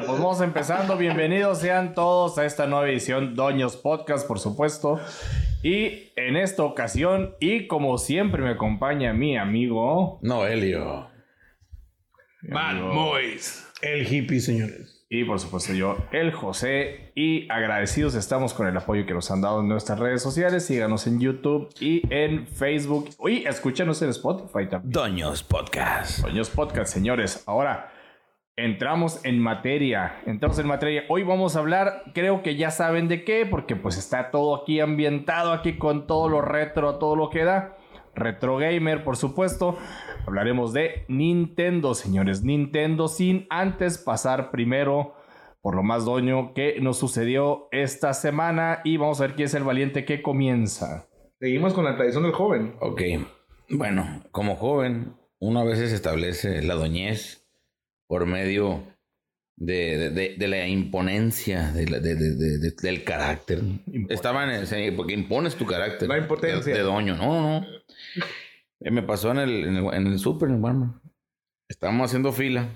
pues vamos empezando. Bienvenidos sean todos a esta nueva edición Doños Podcast, por supuesto. Y en esta ocasión, y como siempre me acompaña mi amigo... Noelio. Bad Boys. El hippie, señores. Y por supuesto yo, el José. Y agradecidos estamos con el apoyo que nos han dado en nuestras redes sociales. Síganos en YouTube y en Facebook. Y escúchanos en Spotify también. Doños Podcast. Doños Podcast, señores. Ahora... Entramos en materia. Hoy vamos a hablar, creo que ya saben de qué, porque pues está todo aquí ambientado, aquí con todo lo retro, todo lo que da. Retro Gamer, por supuesto. Hablaremos de Nintendo, señores. Nintendo, sin antes pasar primero por lo más doño que nos sucedió esta semana. Y vamos a ver quién es el valiente que comienza. Seguimos con la tradición del joven. Ok. Bueno, como joven, uno a veces establece la doñez por medio de la imponencia del carácter. Porque impones tu carácter. La impotencia. De doño. No. Me pasó en el súper, en el Walmart. Estábamos haciendo fila.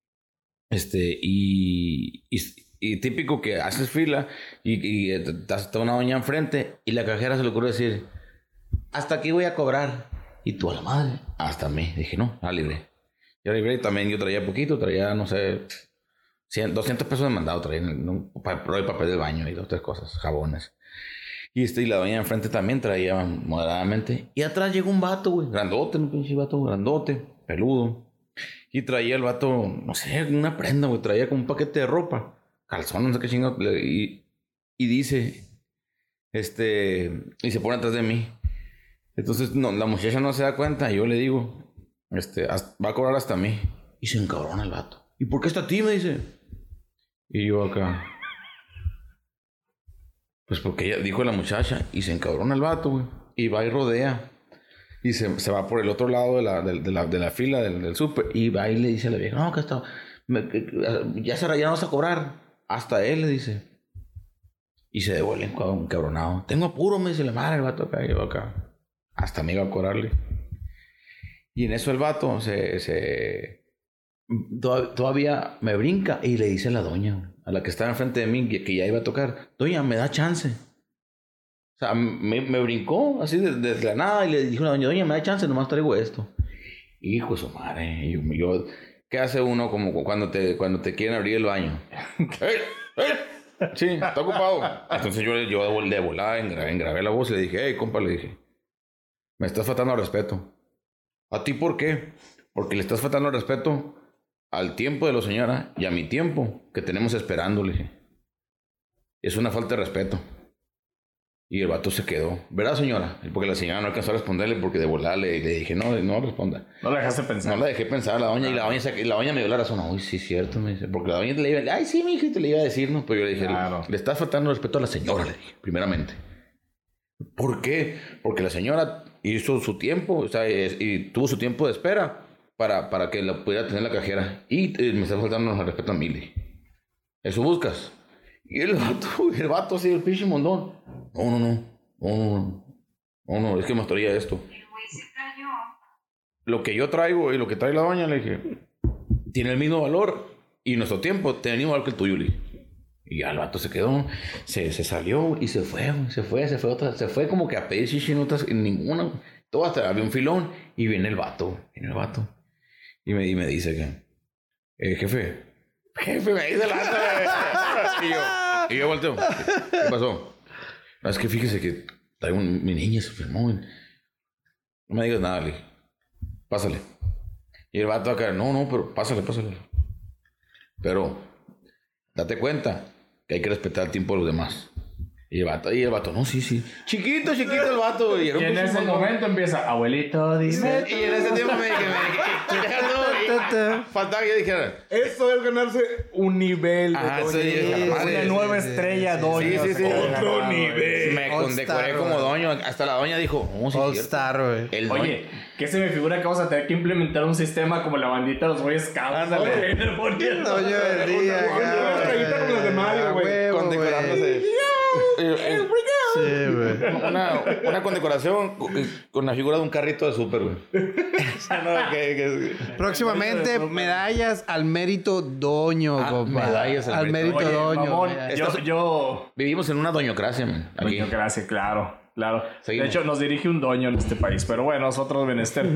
Y típico que haces fila y está una doña enfrente y la cajera se le ocurre decir, hasta aquí voy a cobrar. Y tú a la madre. Hasta mí. Dije, no, libre. Yo libre también, yo traía poquito, no sé, 200 pesos de mandado, traía el papel del baño y 2 o 3 cosas, jabones. Y la doña enfrente también traía moderadamente. Y atrás llegó un vato, güey, grandote, un pinche vato grandote, peludo. Y traía el vato, no sé, una prenda, güey, traía como un paquete de ropa, calzón, no sé qué chingado. Y dice, y se pone atrás de mí. Entonces, no, la muchacha no se da cuenta, y yo le digo... va a cobrar hasta mí. Y se encabrona el vato. ¿Y por qué hasta a ti? Me dice. Y yo acá. Pues porque ella dijo la muchacha. Y se encabrona el vato, güey. Y va y rodea. Y se va por el otro lado de la fila del súper. Y va y le dice a la vieja, no, que está. Ya no vas a cobrar. Hasta él le dice. Y se devuelve encabronado. Tengo apuro, me dice la madre, el vato acá. Y yo acá. Hasta me iba a cobrarle. Y en eso el vato todavía me brinca y le dice a la doña, a la que estaba enfrente de mí, que ya iba a tocar, doña, me da chance. O sea, me brincó así desde la nada y le dijo a la doña, me da chance, nomás traigo esto. Hijo de su madre. Y yo, ¿qué hace uno como cuando te quieren abrir el baño? Sí, está ocupado. Entonces yo de volada engrabé la voz y le dije, hey, compa, le dije, me estás faltando al respeto. ¿A ti por qué? Porque le estás faltando el respeto al tiempo de la señora y a mi tiempo que tenemos esperando, le dije. Es una falta de respeto. Y el vato se quedó. ¿Verdad, señora? Porque la señora no alcanzó a responderle porque de volada le dije, no responda. No la dejaste pensar. No la dejé pensar a la doña y la doña me dio la razón. Uy, sí, cierto, me dice. Porque la doña le iba, ay, sí, mi hija, te le iba a decir, ¿no? Pero yo le dije, claro. Le estás faltando el respeto a la señora, le dije, primeramente. ¿Por qué? Porque la señora hizo su tiempo, o sea, y tuvo su tiempo de espera para que la pudiera tener la cajera. Y me está faltando el respeto a Mili. ¿Eso buscas? Y el vato así, el pinche mondón. No, es que me traía esto. El güey se cayó. Lo que yo traigo y lo que trae la doña, le dije, tiene el mismo valor. Y nuestro tiempo tiene el mismo valor que el tuyo, le dije. Y ya el vato se quedó, se salió y se fue como que a pedir chichinotas en ninguna. Todo hasta había un filón y viene el vato. Y me dice que, jefe, me dice el vato. y yo volteo. ¿Qué pasó? No, es que fíjese que traigo mi niña se enfermó. No me digas nada, le dije. Pásale. Y el vato acá, no, pero pásale. Pero, date cuenta que hay que respetar el tiempo de los demás. Y el vato, no, sí. Chiquito el vato. Y en ese momento empieza, abuelito, dime. Y en ese tiempo me dije, faltaba que yo dijera. Eso es ganarse un nivel. Una nueva estrella, doña. Sí. Otro nivel. Me condecoré como doño. Hasta la doña dijo, All Star, güey. Oye, ¿qué se me figura que vamos a tener que implementar un sistema como la bandita de los Boy Scouts? Doño del día. Una estrellita como las de Mario, güey. Condecorándose. Sí, güey. Una condecoración con la figura de un carrito de súper, güey. Próximamente, medallas al mérito doño, compa. Medallas al mérito Oye, doño. mamón, yo... Vivimos en una doñocracia, man. Aquí. Doñocracia, claro. Seguimos. De hecho, nos dirige un doño en este país. Pero bueno, nosotros, menester.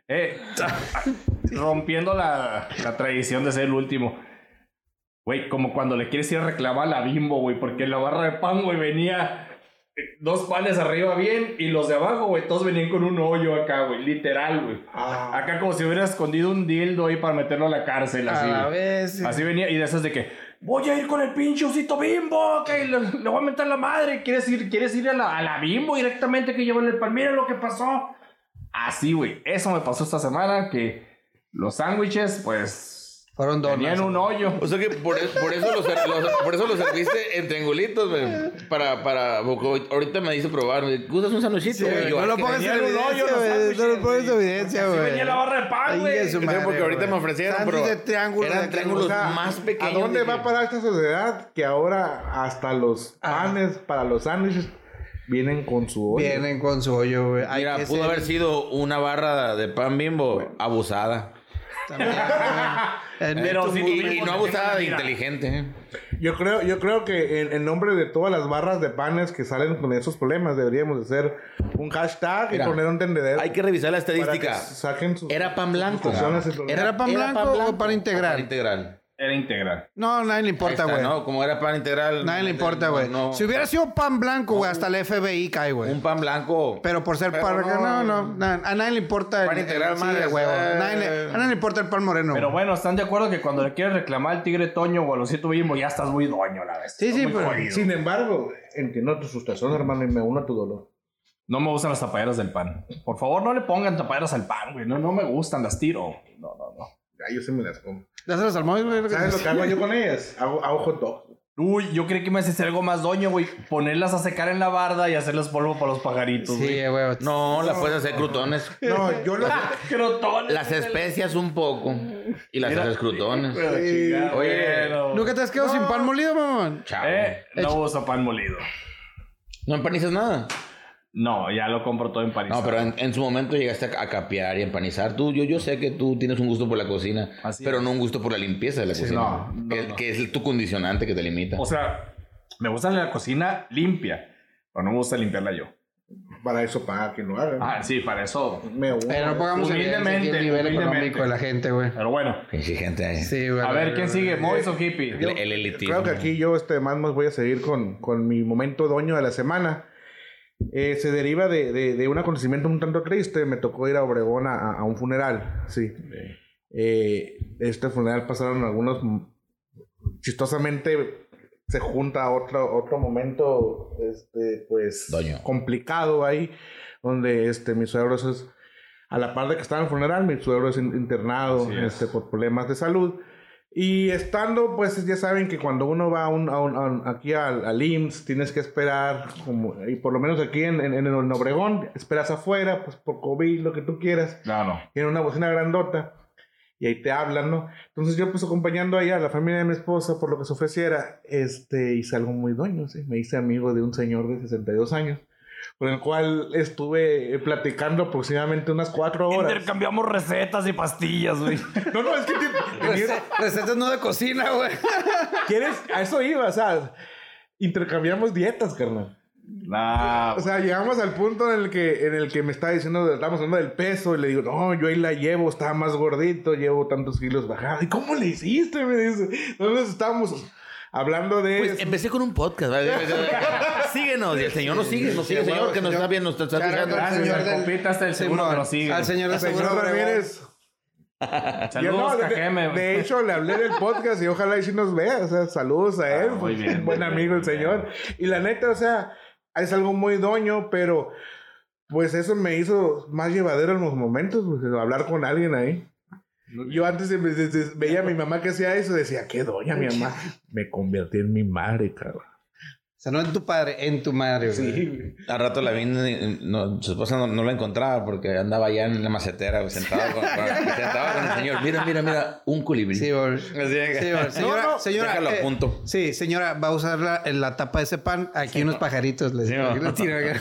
Rompiendo la tradición de ser el último. Güey, como cuando le quieres ir a reclamar a la Bimbo, güey. Porque en la barra de pan, güey, venía 2 panes arriba bien. Y los de abajo, güey, todos venían con un hoyo acá, güey. Literal, güey. Acá como si hubiera escondido un dildo ahí para meterlo a la cárcel. Así, A güey. veces. Así venía. Y de esas de que... Voy a ir con el pinche osito Bimbo, que le voy a meter la madre. ¿Quieres ir a la Bimbo directamente que lleva el pan? Mira lo que pasó. Así, güey. Eso me pasó esta semana, que los sándwiches, pues... Fueron donas. Tenían un hoyo. O sea que por eso los serviste en triangulitos, güey. Ahorita me dice probar. ¿Gustas un sanduichito? Sí, Yo, no lo que pongas en tenían un evidencia, hoyo los güey. No lo sándwiches, pongas en güey. evidencia, Así güey. venía la barra de pan, güey. Ay, su madre, porque ahorita güey. me ofrecieron, Sándwich pero de triángulo, eran de triángulos O sea, más pequeños. ¿A dónde dije. va a parar esta sociedad que ahora hasta los panes para los sándwiches vienen con su hoyo? Vienen con su hoyo, güey. Hay Mira, que pudo ser- haber sido una barra de pan Bimbo abusada. También, Pero sí, Y no abusada de inteligente. Yo creo que en nombre de todas las barras de panes que salen con esos problemas deberíamos de hacer un hashtag Mira, y poner un tendedero. Hay que revisar la para que estadística. saquen sus Era pan blanco. frustraciones y problemas. ¿Era pan blanco o pan integral? Pan integral. Era integral. No, nadie le Ahí importa, está, güey. ¿no? Como era pan integral. Nadie le importa, güey. no. Si hubiera sido pan blanco, güey, hasta el FBI cae, güey. Un pan blanco. Pero por ser pan... a nadie le importa... Pan integral, sí, madre, de huevo. A nadie le importa el pan moreno. Pero güey. bueno, ¿están de acuerdo que cuando le quieres reclamar al tigre Toño o al osito Bimbo ya estás muy doño la vez? Sí, sí, Muy pero- jodido. Sin embargo, entiendo tu frustración, hermano, y me uno a tu dolor. No me gustan las tapaderas del pan. Por favor, no le pongan tapaderas al pan, güey. No me gustan, las tiro. No. Ya, yo sí me las como. Dáselo al móvil, güey. ¿Sabes lo que hago yo con ellas? Hago hot dogs. Uy, yo creí que me hacía algo más doño, güey. Ponerlas a secar en la barda y hacerles polvo para los pajaritos, Sí, güey. güey. No, la puedes hacer crutones. No, yo lo Crotones. Las especias un poco. Y las Mira. haces crutones. Oye, Oye, ¿Nunca te has quedado sin pan molido, mamón? Chao. no uso pan molido. ¿No empanizas nada? No, ya lo compro todo empanizado. No, pero en su momento llegaste a capear y empanizar. Yo sé que tú tienes un gusto por la cocina, Así pero es. no un gusto por la limpieza de la cocina. no, Que es tu condicionante que te limita. O sea, me gusta la cocina limpia, pero no me gusta limpiarla yo. para eso paga que lo hagan. Ah, sí, para eso. Me uno. Pero no pongamos en evidencia aquí el nivel económico de la gente, güey. Pero bueno. Exigente ahí. Sí, güey. A ver, ¿quién sigue? ¿Mois o Hippie? El elitismo. Creo que aquí yo más voy a seguir con mi momento doño de la semana. Se deriva de un acontecimiento un tanto triste. Me tocó ir a Obregón a un funeral, sí. Este funeral pasaron algunos... Chistosamente se junta otro momento, pues... Doño. complicado ahí, donde mi suegro es... A la par de que estaba en el funeral, mi suegro es internado Así es. por problemas de salud. Y estando, pues ya saben que cuando uno va aquí al IMSS, tienes que esperar, y por lo menos aquí en Obregón, esperas afuera, pues por COVID, lo que tú quieras. No. Tiene una bocina grandota y ahí te hablan, ¿no? Entonces yo pues acompañando ahí a la familia de mi esposa por lo que se ofreciera, hice algo muy doño, ¿sí? Me hice amigo de un señor de 62 años, con el cual estuve platicando aproximadamente unas 4 horas. Intercambiamos recetas y pastillas, güey. No, es que... Recetas no de cocina, güey. ¿Quieres? A eso iba, o sea, intercambiamos dietas, carnal. O sea, llegamos al punto en el que me estaba diciendo, estábamos hablando del peso, y le digo, no, yo ahí la llevo, estaba más gordito, llevo tantos kilos bajados. ¿Y cómo le hiciste? Me dice. Entonces estábamos hablando de Pues eso. empecé con un podcast, ¿vale? Síguenos. Y el señor nos sigue, señor que nos está viendo, nos está escuchando. Gracias, señor al del- compita hasta el seguro que nos sigue. Al señor de El señor seguro Ramírez. Saludos, Yo, Cajeme. de hecho, le hablé del podcast y ojalá y sí nos vea. O sea, saludos a él. muy bien, Buen muy amigo bien, el señor. Y la neta, o sea, es algo muy doño, pero pues eso me hizo más llevadero en los momentos, pues, hablar con alguien ahí. Yo antes veía a mi mamá que hacía eso, decía, qué doña mi mamá. Me convertí en mi madre, cabrón. sea, no en tu padre, en tu madre, güey. Sí, güey. Al rato la vi, su esposa no la encontraba porque andaba allá en la macetera, güey, sentado con el señor. Mira, un colibrí. Sí, güey. Así que- Sí, güey. Señora, señora. Déjalo a punto. Sí, señora, va a usar la tapa de ese pan. Aquí unos pajaritos. Les Sí, digo. no. Aquí lo tiro acá.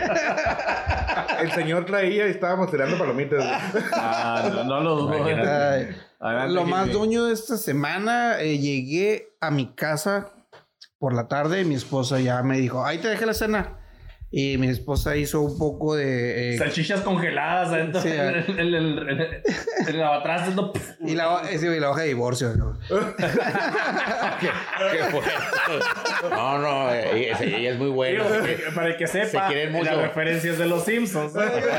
El señor traía y estábamos tirando palomitas. Güey. No lo dudo. Ay, Adelante, lo más Jimmy. doño de esta semana, llegué a mi casa por la tarde y mi esposa ya me dijo, ahí te dejé la cena. Y mi esposa hizo un poco de... Salchichas congeladas adentro Sí, en el lavatrastes. No. y la hoja de divorcio. ¿No? ¿Qué fue? No, ella es muy buena. Para el que Se sepa, quieren mucho. las referencias de los Simpsons.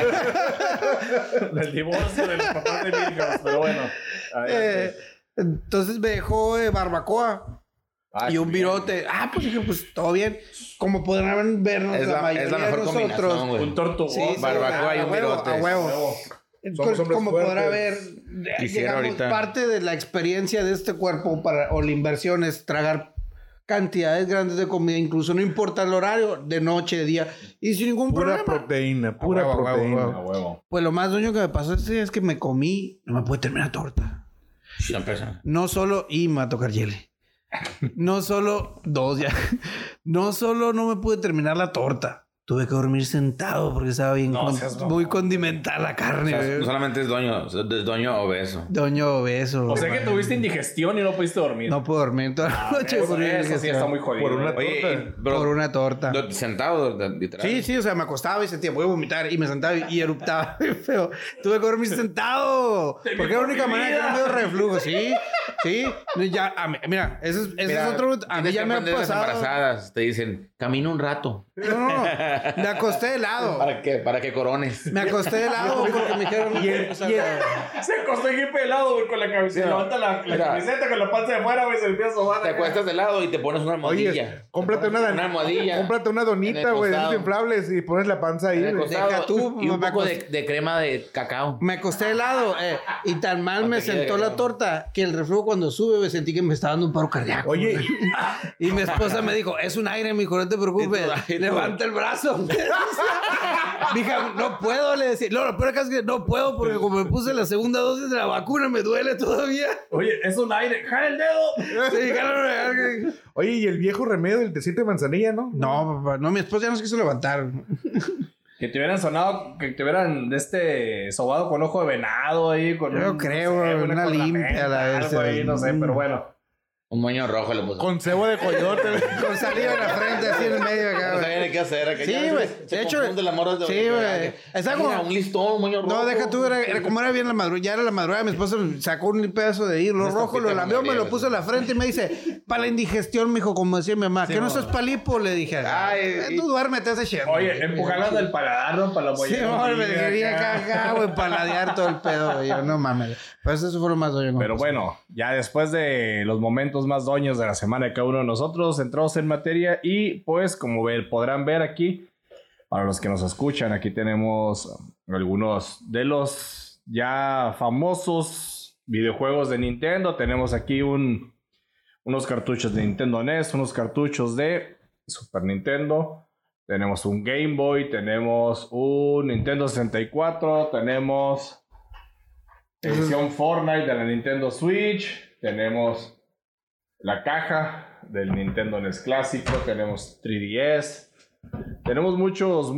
Del divorcio de los papás de Milhouse. Pero bueno. adelante. Entonces me dejó barbacoa. Y un virote. Pues dije, pues todo bien. Como podrán vernos Es la mayoría mejor de combinación, nosotros. güey. Un tortugón. Sí, barbacoa y a un huevo, virote. a huevo. Entonces, hombres como fuertes. podrá ver, Quisiera digamos, ahorita. parte de la experiencia de este cuerpo o la inversión es tragar cantidades grandes de comida, incluso no importa el horario, de noche, de día, y sin ningún Pura problema. proteína, pura huevo, a huevo, proteína. a huevo. A huevo. Pues lo más doño que me pasó ese día es que me comí, no me pude terminar la torta. Ya empezó. No solo, y me va a tocar hiele. No solo, dos ya. No solo no me pude terminar la torta. Tuve que dormir sentado porque estaba bien No, seas mamón. muy condimentada la O carne. sea, güey. no solamente es dueño obeso. Doño obeso. O sea que güey. tuviste indigestión y no pudiste dormir. No puedo dormir toda la noche. Eso sí está muy jodido. Por una Oye, torta. pero Por una torta. sentado, literal. Sí, o sea, me acostaba y sentía, voy a vomitar, y me sentaba y eruptaba bien feo. Tuve que dormir sentado. Porque era la única manera que no me dio reflujo. Sí. Ya, mira, ese es otro. A mí Tienes ya que me ha aprender las pasado. embarazadas. Te dicen, camina un rato. No. Me acosté de lado. Para que corones. Me acosté de lado porque me dijeron. Se acostó en pelado, güey, con la camiseta. Sí, Levanta la mira. camiseta con la panza de fuera, güey, se empieza a sobar. Te acuestas de lado y te pones una almohadilla. Oye, cómprate una almohadilla. Cómprate una En donita, el güey, de esas costado. inflables y pones la panza ahí. En el güey. costado, Deja tú, y un me poco acosté. de crema de cacao. Me acosté de lado y tan mal me Mantequilla de sentó la cacao. torta que el reflujo cuando sube me sentí que me estaba dando un paro cardíaco. Oye, Y mi esposa me dijo, es un aire, mijo, no te preocupes. Y tú, Levanta el brazo. Dije, no puedo, le decía. No, lo peor acá es que no puedo porque como me puse la segunda dosis de la vacuna me duele todavía. Oye, es un aire. ¡Jala el dedo! Sí, claro. oye, y el viejo remedio del tecito de manzanilla, ¿no? No, papá, no, mi esposa ya no se quiso levantar. Que te hubieran sonado, que te hubieran sobado con ojo de venado ahí. Con Yo creo, una cornamenta, limpia, la vez. algo ahí, no sé, pero bueno. Un moño rojo le puso. Con cebo de coyote. Con saliva en la frente, así en el medio acá. No güey. sabía ni qué hacer. acá Sí, ya güey. se De hecho, confunde la morra de- sí, güey. Estaba como- Mira, un listón, un moño rojo. No, deja tú, era como era bien la madrugada, ya era la madrugada, mi esposa sacó un pedazo de hilo Una rojo, lo estampita lambió, me con lo María, puso en la frente y me dice, para la indigestión, mijo, como decía mi mamá, que no seas palipo, le dije. Ay, Tú duérmete ese shit. Oye, empujarlas del paladar, ¿no? Para la Sí, amor, me quería cagar, güey, paladear todo el pedo, güey. Yo, no mames. Pues eso fue lo más doño. Pero bueno, ya después de los momentos más doños de la semana de cada uno de nosotros, entramos en materia y pues como podrán ver aquí, para los que nos escuchan, aquí tenemos algunos de los ya famosos videojuegos de Nintendo. Tenemos aquí unos cartuchos de Nintendo NES, unos cartuchos de Super Nintendo. Tenemos un Game Boy, tenemos un Nintendo 64, tenemos edición Fortnite de la Nintendo Switch, tenemos la caja del Nintendo NES clásico, tenemos 3DS, tenemos muchos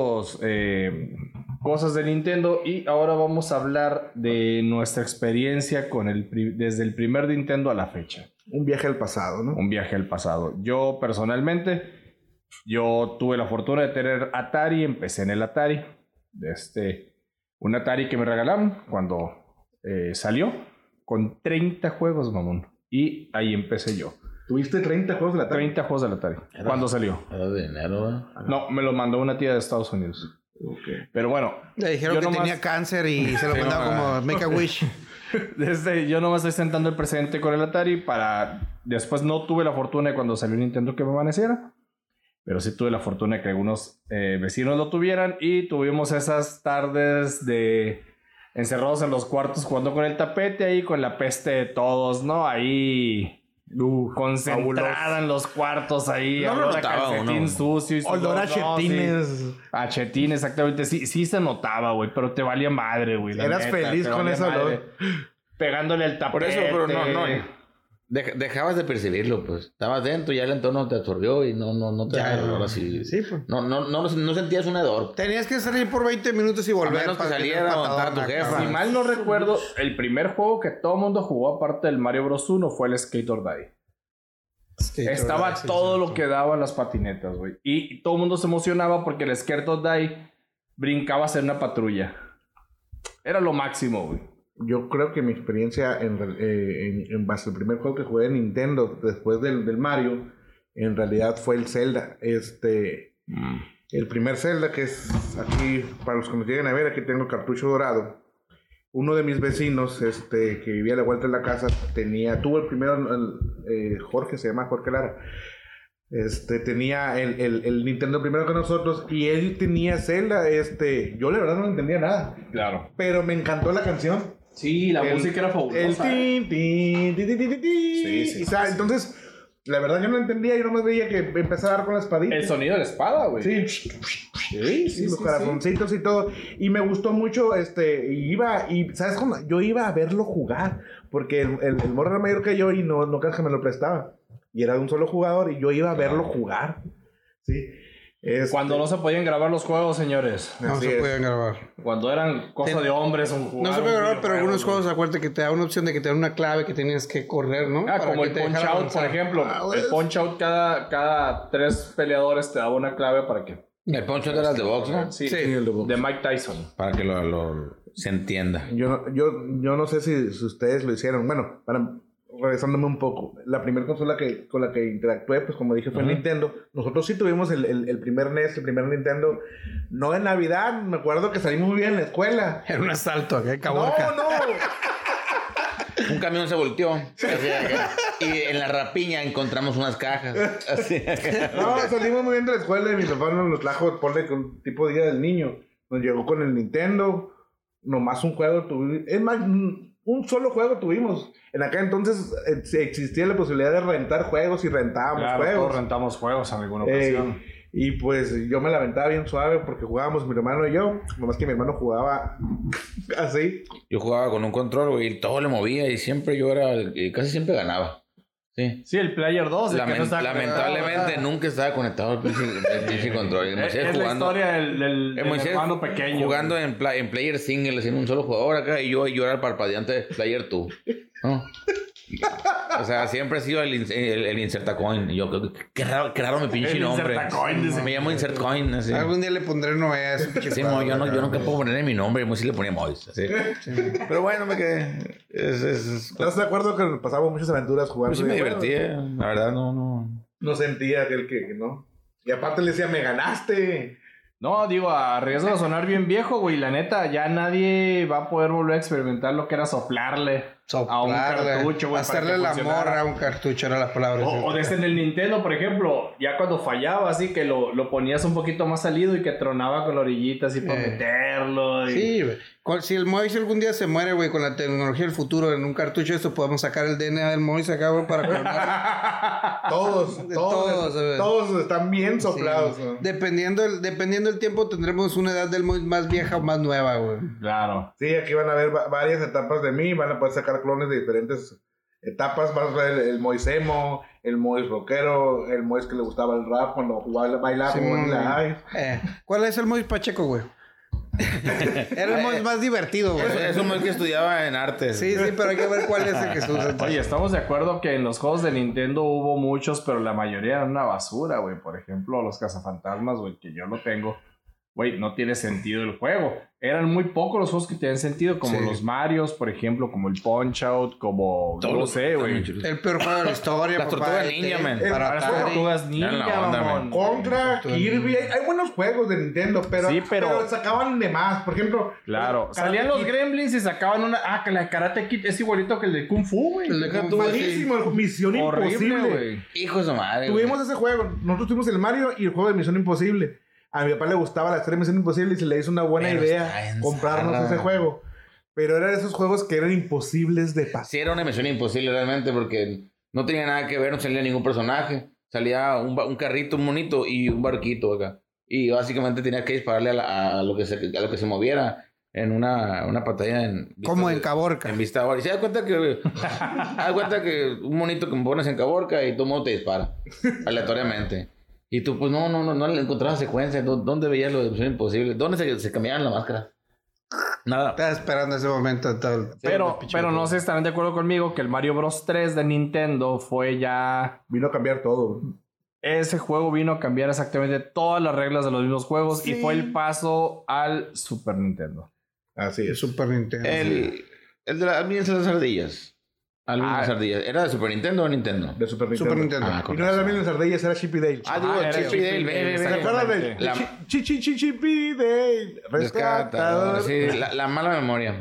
cosas de Nintendo y ahora vamos a hablar de nuestra experiencia con desde el primer Nintendo a la fecha. Un viaje al pasado, ¿no? Un viaje al pasado. Yo personalmente, yo tuve la fortuna de tener Atari, empecé en el Atari, un Atari que me regalaron cuando salió, con 30 juegos, mamón, y ahí empecé yo. Tuviste 30 juegos de la tarde. 30 juegos del Atari. ¿Cuándo salió? Era de dinero, ¿eh? No, me lo mandó una tía de Estados Unidos. Ok. Pero bueno, Le dijeron yo que nomás- tenía cáncer y se lo Sí, mandaba no, como Make a Wish. yo nomás estoy sentando el presente con el Atari para... Después no tuve la fortuna de cuando salió Nintendo que me amaneciera. Pero sí tuve la fortuna de que algunos vecinos lo tuvieran. Y tuvimos esas tardes de... encerrados en los cuartos jugando con el tapete ahí, con la peste de todos, ¿no? Ahí... concentrada fabuloso. en los cuartos ahí. No lo olor a notaba calcetín uno. sucio. Y Olor a sí. chetines. A chetín, exactamente. Sí se notaba, güey, pero te valía madre, güey. la Eras neta, feliz te con valía ese olor. madre. Pegándole el tapete. Por eso, pero no. Dejabas de percibirlo, pues. Estabas dentro, ya el entorno te absorbió y no te Ya, daba el olor así. sí, pues. No sentías un hedor. Tenías que salir por 20 minutos y volver. menos que para saliera tener a montar a tu patadona, jefa. cabrón. Si mal no recuerdo, el primer juego que todo el mundo jugó aparte del Mario Bros. 1 fue el Skate or Die. Sí, Estaba verdad, sí, todo sí, lo sí. que daban las patinetas, güey. Y todo el mundo se emocionaba porque el Skate or Die brincaba a ser una patrulla. Era lo máximo, güey. Yo creo que mi experiencia en base al primer juego que jugué en Nintendo después del Mario, en realidad fue el Zelda. El primer Zelda, que es aquí, para los que nos lleguen a ver, aquí tengo el cartucho dorado. Uno de mis vecinos, que vivía a la vuelta de la casa, tuvo el primero, Jorge, se llama Jorge Lara. Tenía el Nintendo primero que nosotros y él tenía Zelda. Yo la verdad no entendía nada. Claro. Pero me encantó la canción. Sí, la música era fabulosa. El tin, tin, tin, tin, tin, tin. Sí, O sea, entonces, la verdad yo no entendía, yo no me veía que empezaba a dar con la espadita. El sonido de la espada, güey. Sí, sí, los corazoncitos y todo. Y me gustó mucho, ¿sabes cómo? Yo iba a verlo jugar, porque el morro era mayor que yo y no creas que me lo prestaba. Y era de un solo jugador y yo iba a verlo jugar. Sí. Cuando no se podían grabar los juegos, señores. No Así se es. podían grabar. Cuando eran cosa de hombres, un juego. No se puede grabar, pero algunos juegos, acuérdate que te da una opción de que te da una clave que tenías que correr, ¿no? Ah, Para como que el te Punch dejara Out, avanzar. por ejemplo. El Punch Out, cada 3 peleadores te daba una clave para que... El poncho era el de box, ¿no? Sí, Sí, el de box. de Mike Tyson. Para que se entienda. Yo no sé si ustedes lo hicieron. Bueno, regresándome un poco, la primera consola con la que interactué, pues como dije, fue Nintendo. Nosotros sí tuvimos el primer NES, el primer Nintendo, no en Navidad, me acuerdo que salimos muy bien en la escuela. Era un asalto acá en Caborca. Un camión se volteó. Y en la rapiña encontramos unas cajas. Así. No, salimos muy bien de la escuela y mi papá nos trajo, ponle con tipo Día del Niño. Nos llegó con el Nintendo, nomás un juego tuvimos. Es más, un solo juego tuvimos. En aquel entonces existía la posibilidad de rentar juegos y rentábamos Claro, juegos. todos rentamos juegos en alguna ocasión. Y pues yo me la aventaba bien suave porque jugábamos mi hermano y yo. Nomás que mi hermano jugaba así. Yo jugaba con un control, güey, y todo le movía y siempre yo era casi siempre ganaba. Sí. Sí, el Player 2. el que no está Lamentablemente nunca estaba conectado al pinche control. El Moisés es la historia del Moisés hermano pequeño. jugando en player single, haciendo un solo jugador acá, y yo era el parpadeante player 2. ¿No? O sea, siempre he sido el Insert Coin. Y yo, qué raro mi pinche El nombre. Insert Coin, dice. Me llamo Insert Coin. Así. Algún día le pondré Noé a ese pinche Sí, juego, yo acá. nunca puedo ponerle mi nombre. Yo sí le ponía Mois. Así. Pero bueno, me quedé. ¿Estás de acuerdo que pasamos muchas aventuras jugando? Yo sí me videojuegos? divertía. La verdad, no. No sentía que no. Y aparte le decía, me ganaste. No, digo, a riesgo de sonar bien viejo, güey. La neta, ya nadie va a poder volver a experimentar lo que era soplarle a un cartucho, güey. hacerle la morra a un cartucho, era la palabra. O desde en el Nintendo, por ejemplo, ya cuando fallaba, así que lo ponías un poquito más salido y que tronaba con la orillita así para meterlo. Y... Sí, güey. Si el Moise algún día se muere, güey, con la tecnología del futuro en un cartucho, esto podemos sacar el DNA del Moise acá, güey, para clonar. Todos están bien soplados. Sí. ¿No? Dependiendo el tiempo, tendremos una edad del Moise más vieja o más nueva, güey. Claro. Sí, aquí van a ver varias etapas de mí. Van a poder sacar clones de diferentes etapas. Vas a ver el Moisemo, el Mois rockero, el Mois que le gustaba el rap cuando jugaba, bailaba como en la Ice. ¿Cuál es el Mois Pacheco, güey? Era el Mois más divertido, güey. Es un Mois que estudiaba en artes. Sí, pero hay que ver cuál es el que se usa. Oye, estamos de acuerdo que en los juegos de Nintendo hubo muchos, pero la mayoría eran una basura, güey. Por ejemplo, los cazafantasmas, güey, que yo lo tengo. Güey, no tiene sentido el juego. Eran muy pocos los juegos que tenían sentido, como los Marios, por ejemplo, como el Punch-Out, como... No lo sé, güey. El peor juego de la historia, Las Tortugas Ninja, man. Para Las Atari. Tortugas Ninja, Era la onda, mamón. Contra, Kirby, hay buenos juegos de Nintendo, pero, Sí, pero sacaban de más. Por ejemplo, Claro, Karate salían los Kid, Gremlins y sacaban una... Ah, que la de Karate Kid es igualito que el de Kung Fu, güey. El de Kung Fu, malísimo, Misión Horrible, Imposible. güey. Hijo de su madre. Tuvimos ese juego, nosotros tuvimos el Mario y el juego de Misión Imposible. A mi papá le gustaba la serie Misión Imposible y se le hizo una buena Pero idea está en comprarnos zarra. ese juego. Pero eran esos juegos que eran imposibles de pasar. Sí, era una misión imposible realmente porque No tenía nada que ver, no salía ningún personaje. Salía un carrito, un monito y un barquito acá. Y básicamente tenía que dispararle a lo que se moviera en una pantalla en... Como en Caborca. En vista ahora. Y se da cuenta que... un monito que me pones en Caborca y todo el mundo te dispara. Aleatoriamente. Y tú, pues, no le encontrabas secuencia. ¿Dónde veías lo de Misión Imposible? ¿Dónde se cambiaban la máscara? Nada. Estaba esperando ese momento. Pero no sé si estarán de acuerdo conmigo que el Mario Bros. 3 de Nintendo fue ya... Vino a cambiar todo. Ese juego vino a cambiar exactamente todas las reglas de los mismos juegos y fue el paso al Super Nintendo. Así es. Super Nintendo. El de las ardillas. Las ardillas. ¿Era de Super Nintendo o Nintendo? De Super Nintendo. Super Nintendo. Y no era también las ardillas, era Chip y Dale. Chip y Dale. ¿Se acuerdan de Chip y Dale? Rescatador. Sí, la mala memoria.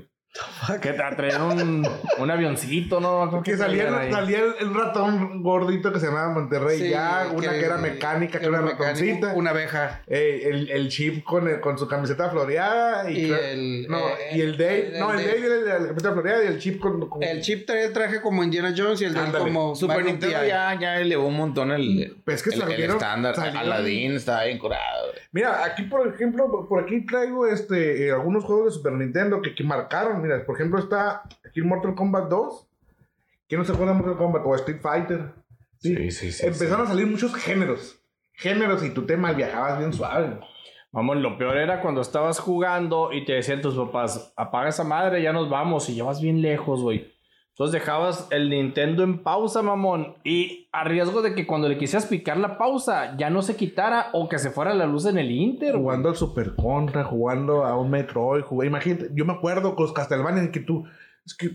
Que traían un avioncito, ¿no? Que salía el ratón gordito que se llamaba Monterrey. Sí, una que era mecánica, que era una ratoncita. Una abeja. El Chip con su camiseta floreada. Y el Dale. No, el Dale era la camiseta floreada y el Chip con... El Chip traía el traje como Indiana Jones y el Dale como... Super Nintendo ya elevó un montón el estándar. Aladdin estaba bien curado. Mira, aquí por ejemplo, por aquí traigo algunos juegos de Super Nintendo que marcaron. Mira, por ejemplo está aquí Mortal Kombat 2. ¿Quién no se acuerda de Mortal Kombat? O Street Fighter. Sí. Empezaron a salir muchos géneros y tú te mal viajabas bien suave. Vamos, lo peor era cuando estabas jugando y te decían tus papás, apaga esa madre, ya nos vamos, y llevas bien lejos, güey. Entonces dejabas el Nintendo en pausa, mamón, y a riesgo de que cuando le quisieras picar la pausa ya no se quitara o que se fuera la luz en el Inter. Jugando al Super Contra, jugando a un Metroid, imagínate, yo me acuerdo con los Castlevania en que tú, es que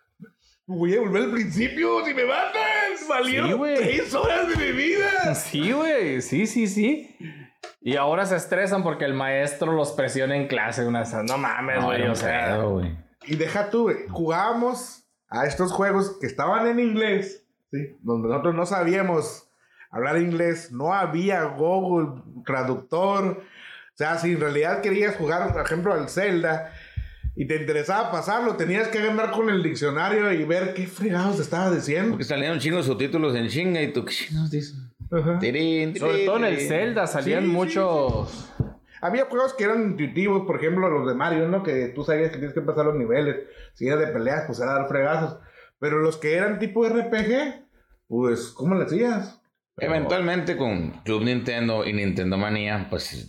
voy a volver al principio, si me matas, valieron 3 horas de mi vida. Sí, güey, sí. Y ahora se estresan porque el maestro los presiona en clase. No mames, güey, o sea. Y deja tú, güey, jugábamos a estos juegos que estaban en inglés, ¿sí? Donde nosotros no sabíamos hablar inglés, no había Google Traductor. O sea, si en realidad querías jugar, por ejemplo, al Zelda y te interesaba pasarlo, tenías que andar con el diccionario y ver qué fregados estaba diciendo. Porque salían un chingo de subtítulos en chinga y tú, ¿qué chingados dices? Sobre todo en el Zelda salían muchos... Sí. Había juegos que eran intuitivos, por ejemplo, los de Mario, ¿no? Que tú sabías que tienes que pasar los niveles. Si era de peleas, pues era dar fregazos. Pero los que eran tipo RPG, pues, ¿cómo le hacías? Eventualmente con Club Nintendo y Nintendo Manía, pues...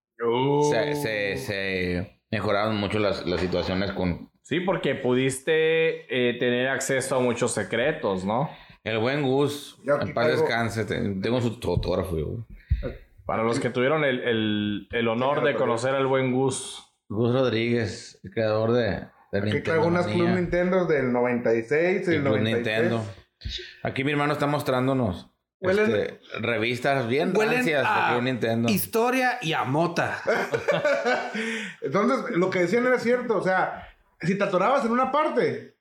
Se mejoraron mucho las situaciones con... Sí, porque pudiste tener acceso a muchos secretos, ¿no? El buen Gus, en paz descanse, tengo su autógrafo, yo. Para los que tuvieron el honor de conocer al buen Gus. Gus Rodríguez, el creador de Nintendo. Aquí traigo unas Club Nintendo del 96 y el 93. Nintendo. Aquí mi hermano está mostrándonos revistas bien rancias de Club Nintendo. Historia y a mota. Entonces, lo que decían era cierto. O sea, si te atorabas en una parte,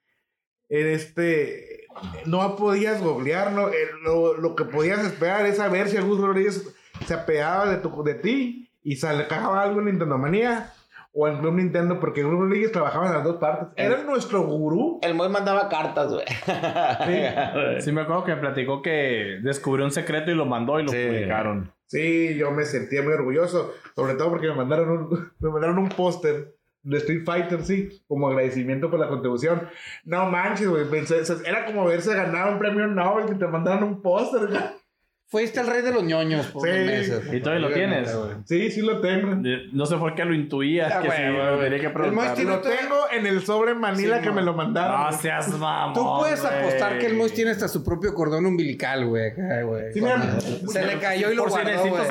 no podías googlear, ¿no? Lo que podías esperar es saber si Gus Rodríguez se apegaba de ti y sacaba algo en Nintendo Manía o en Club Nintendo, porque Gus Rodríguez trabajaba en las dos partes. Era nuestro gurú. El Moy mandaba cartas, güey. Sí, me acuerdo que me platicó que descubrió un secreto y lo mandó y lo publicaron. Sí, yo me sentía muy orgulloso, sobre todo porque me mandaron un póster de Street Fighter, sí, como agradecimiento por la contribución. No manches, güey, era como verse ganar un premio Nobel que te mandaran un póster, güey. Fuiste el rey de los ñoños por meses. ¿Y todavía lo tienes? Sí lo tengo. No sé por qué lo intuías. Tenía que preguntar. Lo tengo en el sobre Manila que me lo mandaron. No seas mamón. Tú puedes apostar que el Mois tiene hasta su propio cordón umbilical, güey. Sí, se le cayó y lo guardó, güey.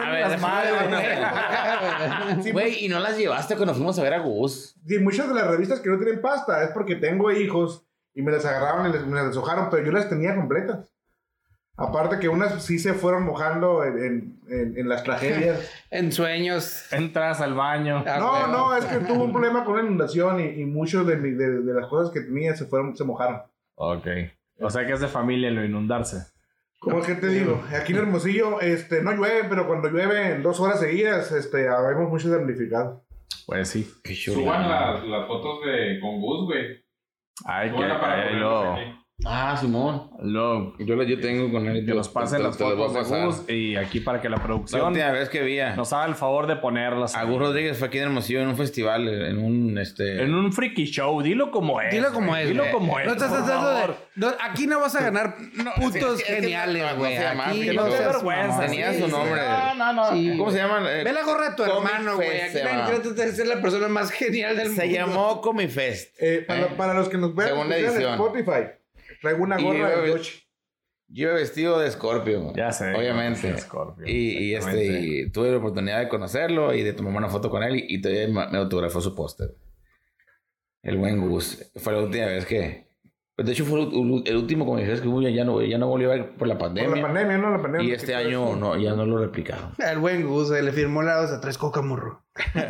Güey, ¿y no las llevaste cuando fuimos a ver a Gus? Sí, muchas de las revistas que no tienen pasta es porque tengo hijos y me las agarraron y me las deshojaron, pero yo las tenía completas. Aparte que unas sí se fueron mojando en las tragedias. En sueños. Entras al baño. No, es que tuvo un problema con la inundación y muchos de las cosas que tenía se mojaron. Ok. O sea que es de familia lo inundarse. ¿Cómo es que te digo? Aquí en Hermosillo no llueve, pero cuando llueve en 2 horas seguidas, habemos mucho damnificado. Pues sí. Suban las fotos con Gus, güey. Ay, que Ah, Simón. Yo tengo con él. Que nos pasen las fotos de Gus y aquí para que la producción... La última vez que vi nos haga el favor de ponerlas. A Gus Rodríguez fue aquí en Hermosillo en un festival, en un freaky show. Dilo como es. Dilo como es. No estás tratando de... aquí no vas a ganar puntos geniales, güey. Aquí no te vergüenza. Tenía su nombre. No. Sí, ¿Cómo se llaman? Ve la gorra de tu hermano, güey. Aquí trata de ser la persona más genial del mundo. Se llamó Comic Fest. Para los que nos ven en Spotify, traigo una gorra de Yoshi. Yo iba vestido de Scorpio. Ya sé. Obviamente. Scorpio, y tuve la oportunidad de conocerlo y de tomar una foto con él y todavía me autografó su póster. El buen Gus. Fue la última vez que... Pues de hecho fue el último Comic Fest que hubo. Ya no volvió a ver por la pandemia. Por la pandemia. Y este año ya no lo replicaron. El buen Gus le firmó lados a 3 coca, morro.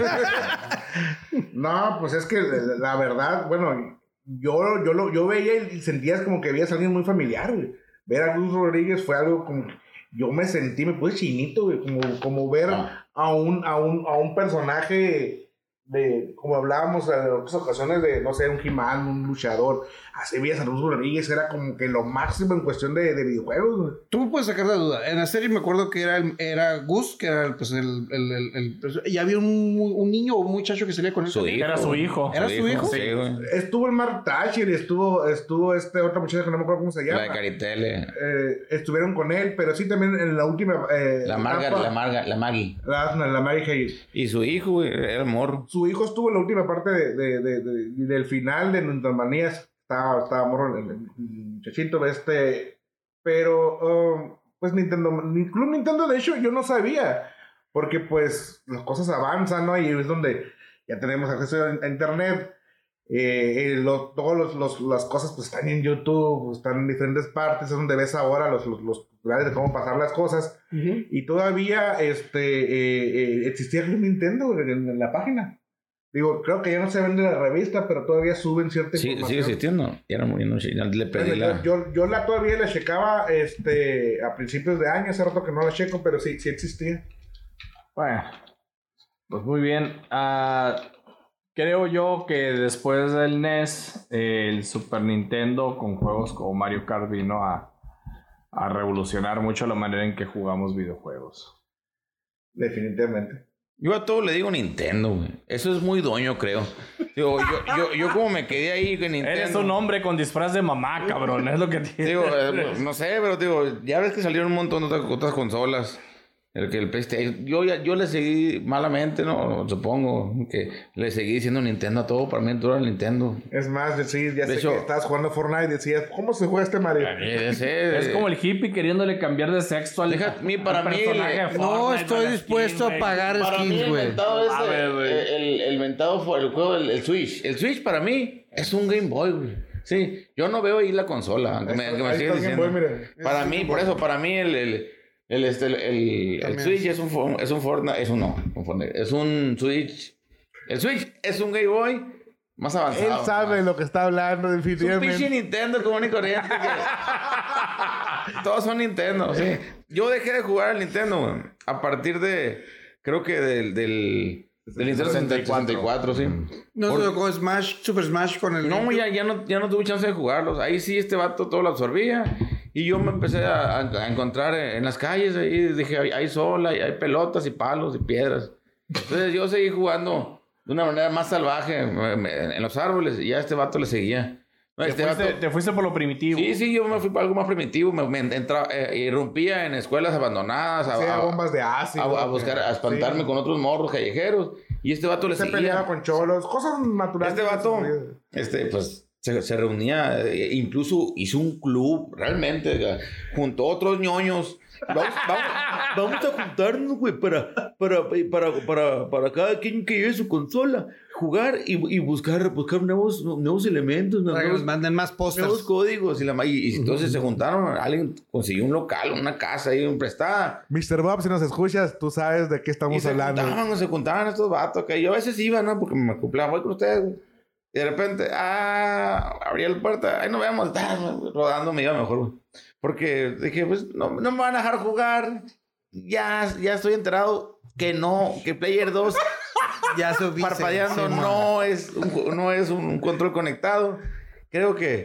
No, pues es que la verdad, bueno, yo veía y sentías como que veías a alguien muy familiar, güey. Ver a Gus Rodríguez fue algo como... Yo me puse chinito, güey, como ver a un personaje de... Como hablábamos en otras ocasiones de, no sé, un He-Man, un luchador. Así veías a Gus Rodríguez, era como que lo máximo en cuestión de videojuegos, güey. Tú me puedes sacar de duda. En la serie me acuerdo que era Gus, que era pues y había un niño o un muchacho que salía con él. Era su hijo. ¿Era su hijo? Sí, güey. Estuvo el Mark Thatcher y estuvo otra muchacha que no me acuerdo cómo se llama. La de Caritele. Estuvieron con él, pero sí también en la última... la Maggie. La Maggie Hayes. Y su hijo, güey, era el morro. Su hijo estuvo en la última parte del final de Nuestras Manías. Estaba morro el muchachito pero pues Club Nintendo de hecho yo no sabía, porque pues las cosas avanzan, ¿no? Y es donde ya tenemos acceso a internet, todas las cosas pues están en YouTube, están en diferentes partes, es donde ves ahora los tutoriales de cómo pasar las cosas. Y todavía existía Club Nintendo en la página. Digo, creo que ya no se vende la revista, pero todavía suben cierta información. Sigue existiendo. Ya era muy le pedí yo todavía la checaba a principios de año, hace rato que no la checo, pero sí existía. Bueno, pues muy bien. Creo yo que después del NES, el Super Nintendo con juegos como Mario Kart vino a revolucionar mucho la manera en que jugamos videojuegos. Definitivamente. Yo a todo le digo Nintendo, güey. Eso es muy doño, creo. Digo, yo como me quedé ahí con Nintendo. Eres un hombre con disfraz de mamá, cabrón. Es lo que tienes. Digo, no sé, pero digo, ya ves que salieron un montón de otras consolas. El PlayStation. Yo le seguí malamente, ¿no? Supongo que le seguí diciendo Nintendo a todo. Para mí todo era Nintendo. Es más, de hecho, que estabas jugando Fortnite y decías, ¿cómo se juega este Mario? Es como el hippie queriéndole cambiar de sexo al personaje. No estoy dispuesto a pagar skins, güey. El inventado fue el juego, el Switch. El Switch para mí es un Game Boy, güey. Sí, yo no veo ahí la consola. Aunque me sigas diciendo. Para mí, por eso, para mí el Switch es un Fortnite, es un Switch. El Switch es un Game Boy más avanzado. Él sabe de lo que está hablando, definitivamente. Es un pinche Nintendo común y corriente. Todos son Nintendo, sí. Yo dejé de jugar al Nintendo, güey, a partir de, creo que del Nintendo 64, sí. No se tocó Super Smash con el... No, ya no tuve chance de jugarlos. Ahí sí este vato todo lo absorbía. Y yo me empecé a encontrar en las calles. Ahí dije, hay sol, hay pelotas y palos y piedras. Entonces yo seguí jugando de una manera más salvaje en los árboles. Y ya este vato le seguía. Te fuiste por lo primitivo. Sí, yo me fui para algo más primitivo. Irrumpía en escuelas abandonadas. Hacía bombas de ácido. A espantarme con otros morros callejeros. Y este vato le seguía. Se peleaba con cholos. Cosas naturales. Este vato, pues... Se reunía, incluso hizo un club, realmente, junto a otros ñoños. Vamos a juntarnos, güey, para cada quien que lleve su consola, jugar y buscar nuevos elementos. Manden más pósters. Nuevos códigos. Y entonces se juntaron, alguien consiguió un local, una casa ahí prestada. Mr. Bob, si nos escuchas, tú sabes de qué estamos hablando. Se juntaban estos vatos, que yo a veces iba, ¿no? Porque me acoplaba, voy con ustedes, güey. Y de repente, abrí la puerta, ahí nos vemos, rodando me iba mejor, güey. Porque dije, pues, no me van a dejar jugar. Ya estoy enterado que Player 2, ya parpadeando, no es un control conectado. Creo que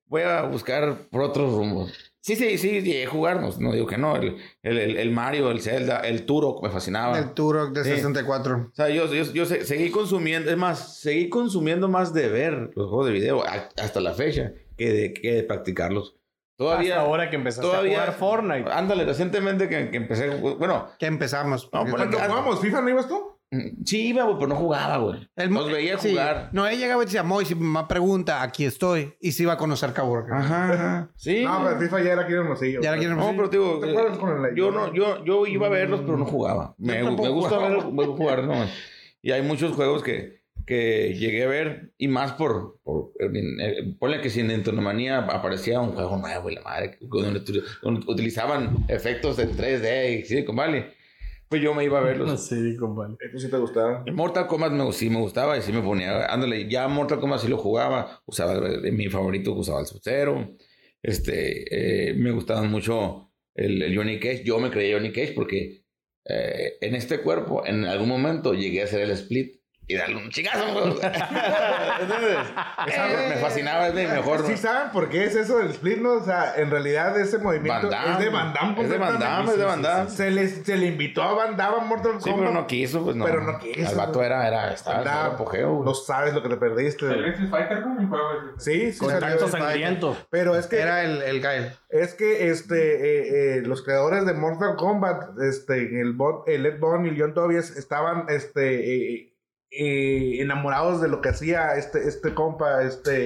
voy a buscar por otros rumbos. Sí, llegué a jugar, no digo que no. El Mario, el Zelda, el Turok me fascinaba. El Turok de 64. O sea, yo seguí consumiendo, es más, seguí consumiendo más de ver los juegos de video hasta la fecha que de practicarlos. Todavía, hasta ahora que empezaste a jugar Fortnite. Ándale, recientemente que empecé, bueno. Que empezamos. No, ¿cuándo jugamos? ¿FIFA no ibas tú? Sí, iba, güey, pero no jugaba, güey. Los veía jugar. No, él llegaba y decía, Moy, si mi mamá pregunta, aquí estoy. Y se iba a conocer Cabo. Ajá. Sí. No, pero FIFA ya era aquí hermosillo. Ya era aquí No, pero digo, ¿te acuerdas con el yo iba a verlos, pero no jugaba. Me gusta verlos jugar, ¿no? Y hay muchos juegos que llegué a ver, y más por ponle que si en Entonomanía aparecía un juego nuevo y la madre, donde utilizaban efectos en 3D y Silicon Valley, pues yo me iba a verlos. Silicon Valley. ¿Esto sí te gustaba? El Mortal Kombat sí me gustaba y sí me ponía, ándale, ya Mortal Kombat sí lo jugaba, usaba mi favorito, usaba el Sub-Zero, me gustaban mucho el Johnny Cage, yo me creía Johnny Cage porque en este cuerpo, en algún momento llegué a hacer el split y darle un chingazo. Entonces, me fascinaba, es mi mejor. ¿Sí saben por qué es eso del split, no? O sea, en realidad ese movimiento es de Van Damme. Es de Van Damme. Se le invitó a Van Damme a Mortal Kombat. Sí, pero no quiso, pues no. Pero no quiso. El vato estaba en apogeo. No sabes lo que te perdiste. ¿El Street Fighter no? Sí, Contacto sangriento. Pero es que... Era el Gael. Es que los creadores de Mortal Kombat, el Ed Boon y el John Tobias estaban enamorados de lo que hacía este compa,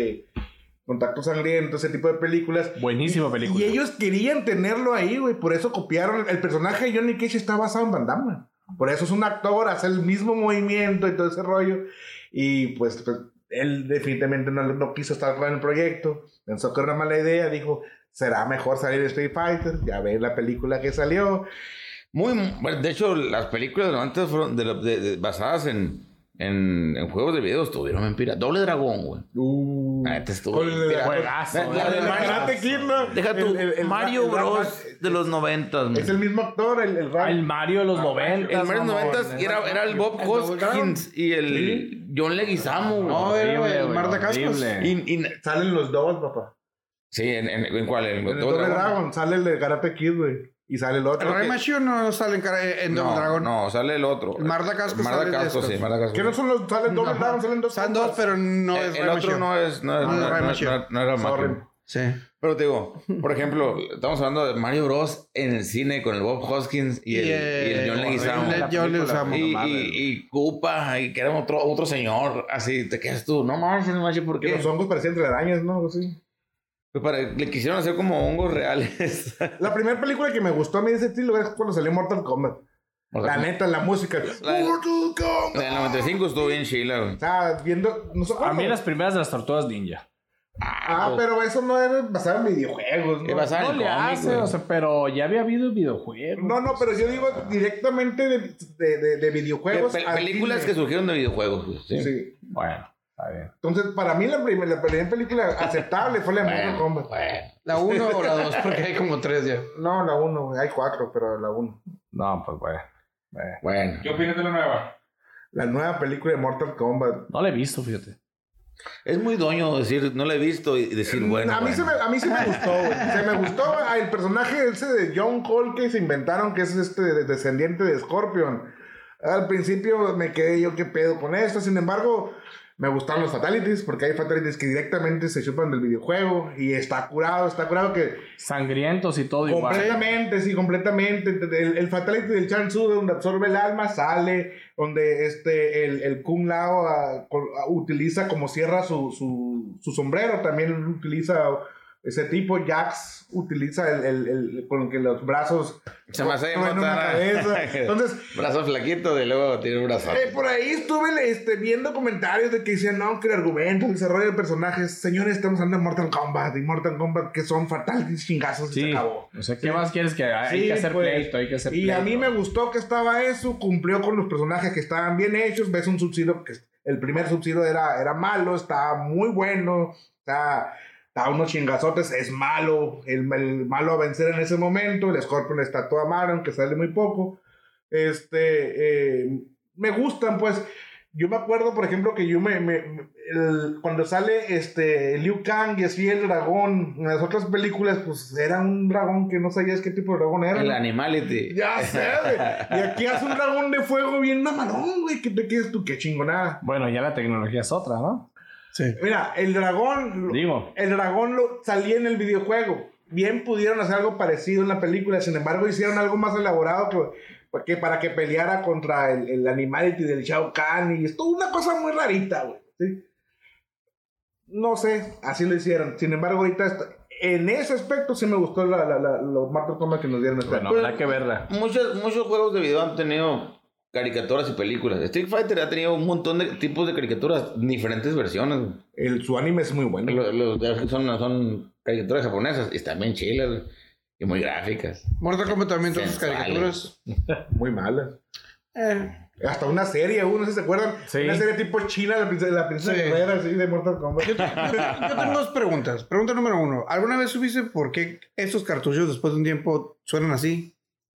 Contacto Sangriento, ese tipo de películas. Buenísima película. Y ellos querían tenerlo ahí, güey. Por eso copiaron. El personaje de Johnny Cage está basado en Van Damme. Por eso es un actor, hace el mismo movimiento y todo ese rollo. Y pues él definitivamente no quiso estar con el proyecto. Pensó que era una mala idea. Dijo, será mejor salir de Street Fighter. Ya ven la película que salió. Bueno, de hecho, las películas de antes fueron basadas en juegos de video, estuvieron en pirata. Doble Dragón, güey. Estuvo juegazo. La de Karate Kid, ¿no? Deja tú, Mario Bros. De los 90. Es el mismo actor, el Mario de los 90. El Mario de los 90 era el Bob Hoskins y el John Leguizamo. No, era el Mar de Cascos. Y salen los dos, papá. Sí, ¿en cuál? En el Doble Dragon sale el de Karate Kid, güey. Y sale el otro. ¿El Rey Machio no sale en Doble Dragon? No, sale el otro. El Mar de Cascos. Mar de Cascos, sí, Mar de Cascos. ¿Qué no son los? Salen Doble Dragon, salen dos. Salen dos, pero no es el otro no era Machio. Sí. Pero te digo, por ejemplo, estamos hablando de Mario Bros. En el cine con el Bob Hoskins y el John Leguizamo. Y Koopa, y que era otro señor. Así, te quedas tú, no manches, ¿por qué? Que los hongos parecían telarañas, ¿no? Así. Pues le quisieron hacer como hongos reales. La primera película que me gustó a mí de ese estilo es cuando salió Mortal Kombat. La neta, la música. Mortal Kombat. En el 95 estuvo bien chila, güey. O sea, viendo... No sé, a mí las primeras de las Tortugas Ninja. Pero eso no era basado en videojuegos, ¿no? No le hace, o sea, pero ya había habido videojuegos. No, pero yo digo directamente de videojuegos. Películas que surgieron de videojuegos, güey. Sí. Bueno. Entonces, para mí la primera película aceptable fue la de Mortal Kombat. ¿La 1 o la 2? Porque hay como 3 ya. No, la 1. Hay 4, pero la 1. No, pues bueno. ¿Qué opinas de la nueva? La nueva película de Mortal Kombat. No la he visto, fíjate. Es muy doño decir, no la he visto y decir, bueno. A mí sí me gustó, güey. Se me gustó el personaje ese de John Cole que se inventaron, que es descendiente de Scorpion. Al principio me quedé yo, ¿qué pedo con esto? Sin embargo... Me gustaron los fatalities, porque hay fatalities que directamente se chupan del videojuego y está curado que... Sangrientos y todo completamente, igual. Sí, completamente. El fatality del Shang Tsung, donde absorbe el alma, sale, donde el Kung Lao utiliza como cierra su sombrero, también utiliza ese tipo. Jax utiliza con que los brazos se me hace una cabeza. Entonces, brazo flaquito y luego tiene un brazo. Por ahí estuve viendo comentarios de que decían, no, que el argumento, el desarrollo de personajes, señores, estamos hablando de Mortal Kombat, y Mortal Kombat que son fatales chingazos, sí. Y se acabó. O sea, ¿qué más quieres que hay que hacer pleito? Hay que hacer pleito. Y a mí me gustó que estaba eso, cumplió con los personajes que estaban bien hechos. Ves un Sub-Zero que el primer Sub-Zero era malo, estaba muy bueno, está unos chingazotes, es malo, el malo a vencer en ese momento. El Scorpion está toda mala, aunque sale muy poco. Me gustan, pues. Yo me acuerdo, por ejemplo, que yo cuando sale Liu Kang y así el dragón, en las otras películas, pues era un dragón que no sabías qué tipo de dragón era. El Animality. Ya sé, güey. Y aquí hace un dragón de fuego bien mamalón, güey. ¿Qué te quedas tú? Qué chingonada. Bueno, ya la tecnología es otra, ¿no? Sí. Mira, el dragón salía en el videojuego. Bien pudieron hacer algo parecido en la película, sin embargo hicieron algo más elaborado que para que peleara contra el Animality del Shao Kahn, y es toda una cosa muy rarita, güey, ¿sí? No sé, así lo hicieron. Sin embargo, ahorita en ese aspecto sí me gustó los Mortal Kombat que nos dieron. Bueno, habrá que verla. Muchos juegos de video han tenido caricaturas y películas. Street Fighter ha tenido un montón de tipos de caricaturas, diferentes versiones. Su anime es muy bueno. Son caricaturas japonesas y están bien chilas y muy gráficas. Mortal Kombat también tiene sus caricaturas. Muy malas. Hasta una serie, no sé si se acuerdan. Sí. Una serie tipo China, la princesa guerrera, así, de Mortal Kombat. Yo tengo dos preguntas. Pregunta número 1. ¿Alguna vez supiste por qué esos cartuchos después de un tiempo suenan así?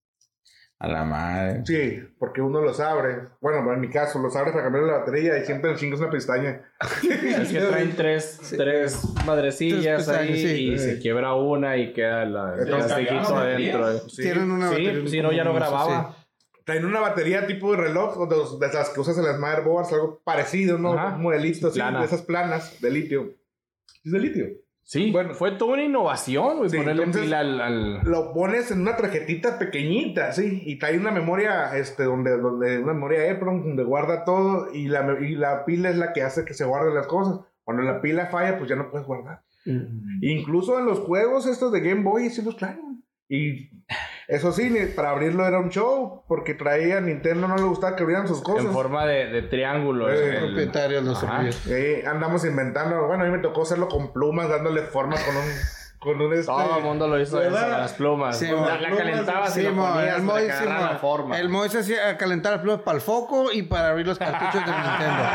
A la madre. Sí, porque uno los abre. Bueno, en mi caso, los abres para cambiar la batería y siempre le chingas una pestaña. Es que traen tres madrecillas ahí y se quiebra una y queda el plastiquito adentro. Tienen una batería. Si no, ya no grababa. Traen una batería tipo de reloj, o de las que usas en las motherboards, algo parecido, ¿no? Un modelito así, de esas planas de litio. ¿Es de litio? Sí, bueno, fue toda una innovación, güey, ponerle pila al... Lo pones en una tarjetita pequeñita, sí, y trae una memoria, donde una memoria EEPROM, donde guarda todo, y la pila es la que hace que se guarden las cosas. Cuando la pila falla, pues ya no puedes guardar. Incluso en los juegos estos de Game Boy sí los traen. Y eso sí, para abrirlo era un show, porque traía Nintendo, no le gustaba que abrieran sus cosas. En forma de triángulo. Propietarios los servicios. Andamos inventando. Bueno, a mí me tocó hacerlo con plumas, dándole forma con un Todo el mundo lo hizo eso, las plumas. Sí, la calentabas y lo ponías para que agarrara la forma. El Moy se hacía calentar las plumas para el foco y para abrir los cartuchos de Nintendo.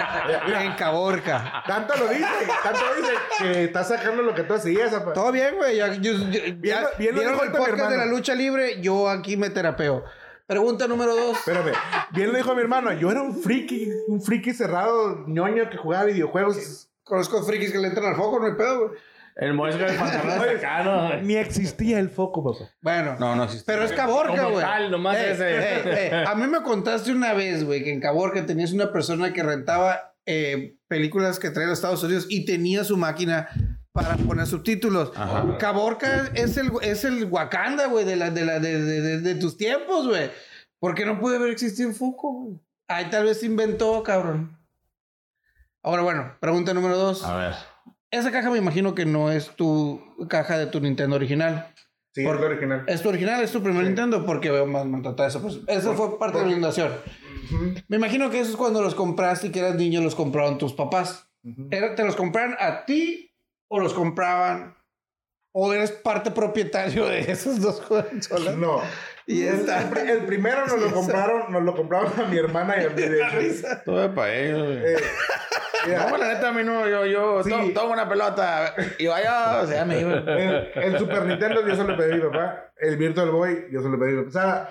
En Caborca. Tanto lo dice que está sacando lo que tú hacías. Todo bien, güey. ¿Vieron el podcast de la lucha libre? Yo aquí me terapeo. Pregunta número 2. Espérame. Bien lo dijo mi hermano. Yo era un friki cerrado, ñoño que jugaba videojuegos. Conozco frikis que le entran al foco, no hay pedo, güey. El Moisés de pantalón acá, ¿no? Ni existía el foco, papá. Bueno. No existía. Pero es Caborca, güey. Nomás ese. A mí me contaste una vez, güey, que en Caborca tenías una persona que rentaba películas que traía de Estados Unidos y tenía su máquina para poner subtítulos. Ajá. Caborca es el Wakanda, güey, de tus tiempos, güey. ¿Por qué no puede haber existido el foco, güey? Ahí tal vez se inventó, cabrón. Ahora, bueno, pregunta número 2. A ver. Esa caja me imagino que no es tu caja de tu Nintendo original. Sí, es tu original. ¿Es tu original? ¿Es tu primer Nintendo? Porque veo más maltratar eso. Pues, eso fue parte de la inundación. Me imagino que eso es cuando los compraste y que eras niño, los compraron tus papás. ¿Te los compraron a ti o los compraban? ¿O eres parte propietario de esos dos consolas? No. Y el primero nos lo compraron a mi hermana y a mí. Todo es para ellos. No, la neta, a mí no, yo tomo una pelota y vaya, o sea, me iba. El Super Nintendo yo se lo pedí a mi papá. El Virtual Boy yo se lo pedí a mi papá. O sea,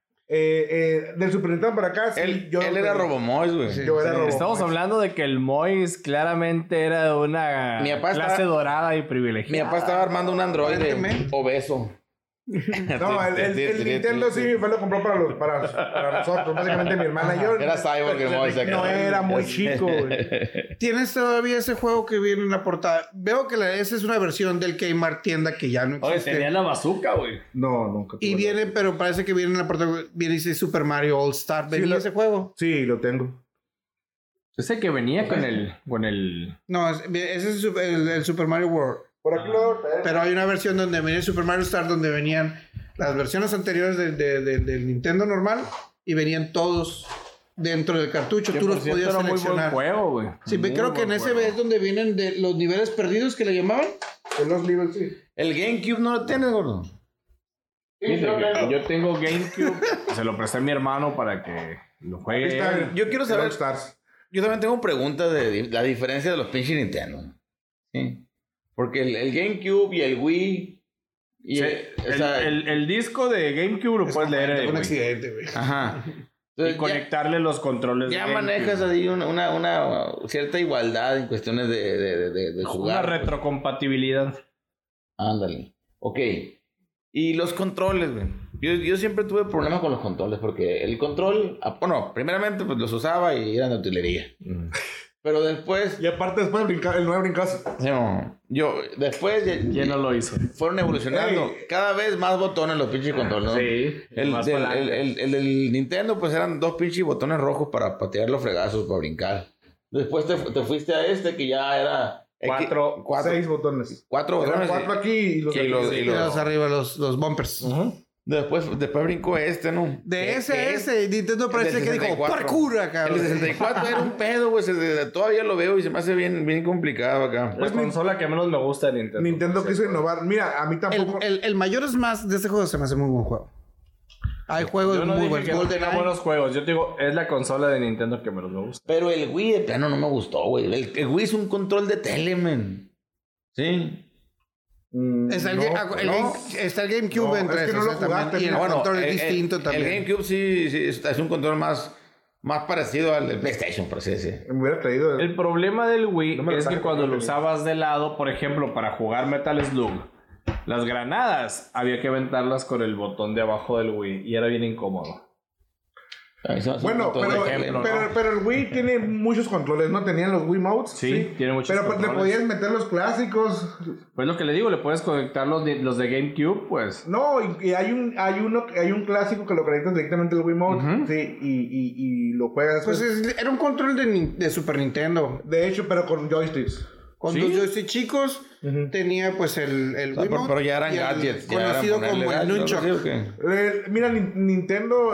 del Super Nintendo para acá, sí, él era Robomois, güey. Sí, yo era Robomois. Estamos hablando de que el Mois claramente era de una clase dorada y privilegiada. Mi papá estaba armando un androide obeso. No, el Nintendo sí me lo compró para nosotros, básicamente mi hermana y yo. Era Cyborg el Mois. No era muy chico, güey. ¿Tienes todavía ese juego que viene en la portada? Veo que esa es una versión del Kmart tienda que ya no existe. Oye, tenía la bazooka, güey. No, nunca. Y viene, pero parece que viene en la portada, viene dice Super Mario All Star. ¿Venía ese juego? Sí, lo tengo. Ese que venía con el... No, ese es el Super Mario World. Por aquí pero hay una versión donde venía Super Mario Star, donde venían las versiones anteriores del Nintendo normal y venían todos dentro del cartucho. Tú los podías seleccionar. Muy buen juego, güey. Sí, creo que en ese es donde vienen de los niveles perdidos que le llamaban. En los niveles, sí. ¿El GameCube no lo tienes, gordo? Sí, yo tengo GameCube. Se lo presté a mi hermano para que lo juegue. Yo quiero saber. Yo también tengo preguntas de la diferencia de los pinches Nintendo. Sí. Porque el GameCube y el Wii... Y el disco de GameCube lo puedes leer. Un accidente, güey. Ajá. Entonces, Y conectarle los controles. Ya de manejas GameCube. ahí una cierta igualdad en cuestiones de Una jugar. pues. retrocompatibilidad. Ándale. Ok. Y los controles, güey. Yo siempre tuve problemas con los controles porque el control, bueno, primeramente pues los usaba y eran de utilería. Pero después, Y aparte después el 9 brincas. después ¿Quién no lo hizo? fueron evolucionando. Ey. Cada vez más botones los pinches controles, ¿no? Sí. El más del, palanca. el del Nintendo, pues eran 2 pinches botones rojos para tirar los fregazos, para brincar. Después te fuiste a este que ya era... 4. 6 botones. 4 Eran botones. 4 aquí y los y los- Y los arriba, los bumpers. Después brincó este, ¿no? De ese, Nintendo parece del que dijo 64. parkour acá. El de 64 era un pedo, güey. Todavía lo veo y se me hace bien complicado acá. La consola que menos me gusta de Nintendo. Nintendo quiso innovar. Mira, a mí tampoco. El mayor Smash de ese juego se me hace muy buen juego. Hay juegos Yo no muy dije buenos. que no GoldenEye. tenga buenos juegos. Yo te digo, es la consola de Nintendo que menos me gusta. Pero el Wii de plano no me gustó, güey. El Wii es un control de tele, man. Sí. Está el, No, está el GameCube No, entre es que no esos lo jugaste, también. Y el pero control es distinto también. El GameCube sí es un control más parecido al del PlayStation, por así decir. Me hubiera traído. El problema del Wii No me lo es que traje cuando porque lo no tenía. usabas de lado, por ejemplo, para jugar Metal Slug, las granadas había que aventarlas con el botón de abajo del Wii y era bien incómodo. Bueno, pero el Wii tiene muchos controles, ¿no? Tenían los Wii Modes. Sí, tiene muchos Pero pues, le controles. podías meter los clásicos. Pues lo que le digo, le puedes conectar los de GameCube, pues. No, y hay un clásico que lo conectas directamente al Wii Mode. Sí, y lo juegas. Pues era un control de Super Nintendo. De hecho, pero con joysticks. Con ¿Sí? dos joysticks chicos, tenía pues el Wiimote pero ya eran y el gadgets. ya conocido eran como ponerle el Nunchuk. gadgets, ¿sí o qué? Mira, Nintendo,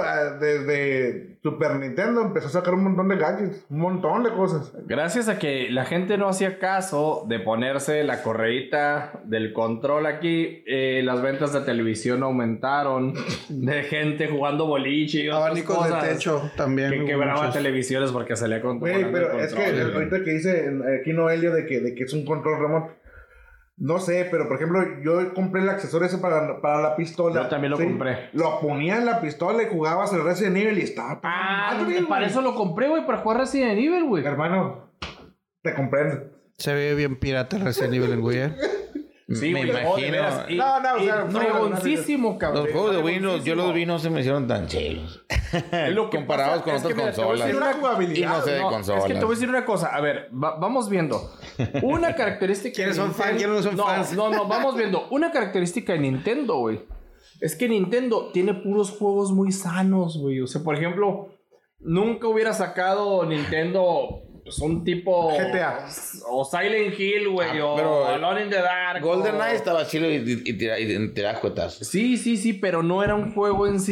desde Super Nintendo, empezó a sacar un montón de gadgets. Un montón de cosas. Gracias a que la gente no hacía caso de ponerse la correíta del control aquí, las ventas de televisión aumentaron, de gente jugando boliche y otras Abanicos cosas de techo también. que hubo quebraba muchos. televisiones porque salía con Güey, pero es que ahorita que dice aquí Noelio de que es un control remoto. No sé, pero por ejemplo, yo compré el accesorio ese para la pistola. Yo también lo compré. Lo ponía en la pistola y jugabas el Resident Evil y estaba... madre, para güey. eso lo compré, güey, para jugar Resident Evil, güey. Hermano, te comprendo. Se ve bien pirata el Resident Evil en Wii, Sí, Me güey, no, de imagino. veras. Y- No, o y sea, fregoncísimo, cabrón. Los juegos de Wii, yo Fregoncísimo. los vi, no se me hicieron tan chilos. Es lo que Comparados pasa, con es que otras mira, te voy a consolas. decir Una jugabilidad. Y no sé de No, consolas. es que te voy a decir una cosa. A ver, vamos viendo. Una característica... ¿Quiénes de son fans? Nintendo- ¿Quiénes no son fans? No, vamos viendo. Una característica de Nintendo, güey. Es que Nintendo tiene puros juegos muy sanos, güey. O sea, por ejemplo, nunca hubiera sacado Nintendo... Pues un tipo... GTA. O Silent Hill, güey. Ah, o pero Alone in the Dark. GoldenEye o- estaba chido y tiraba cuetazos. Sí, pero no era un juego en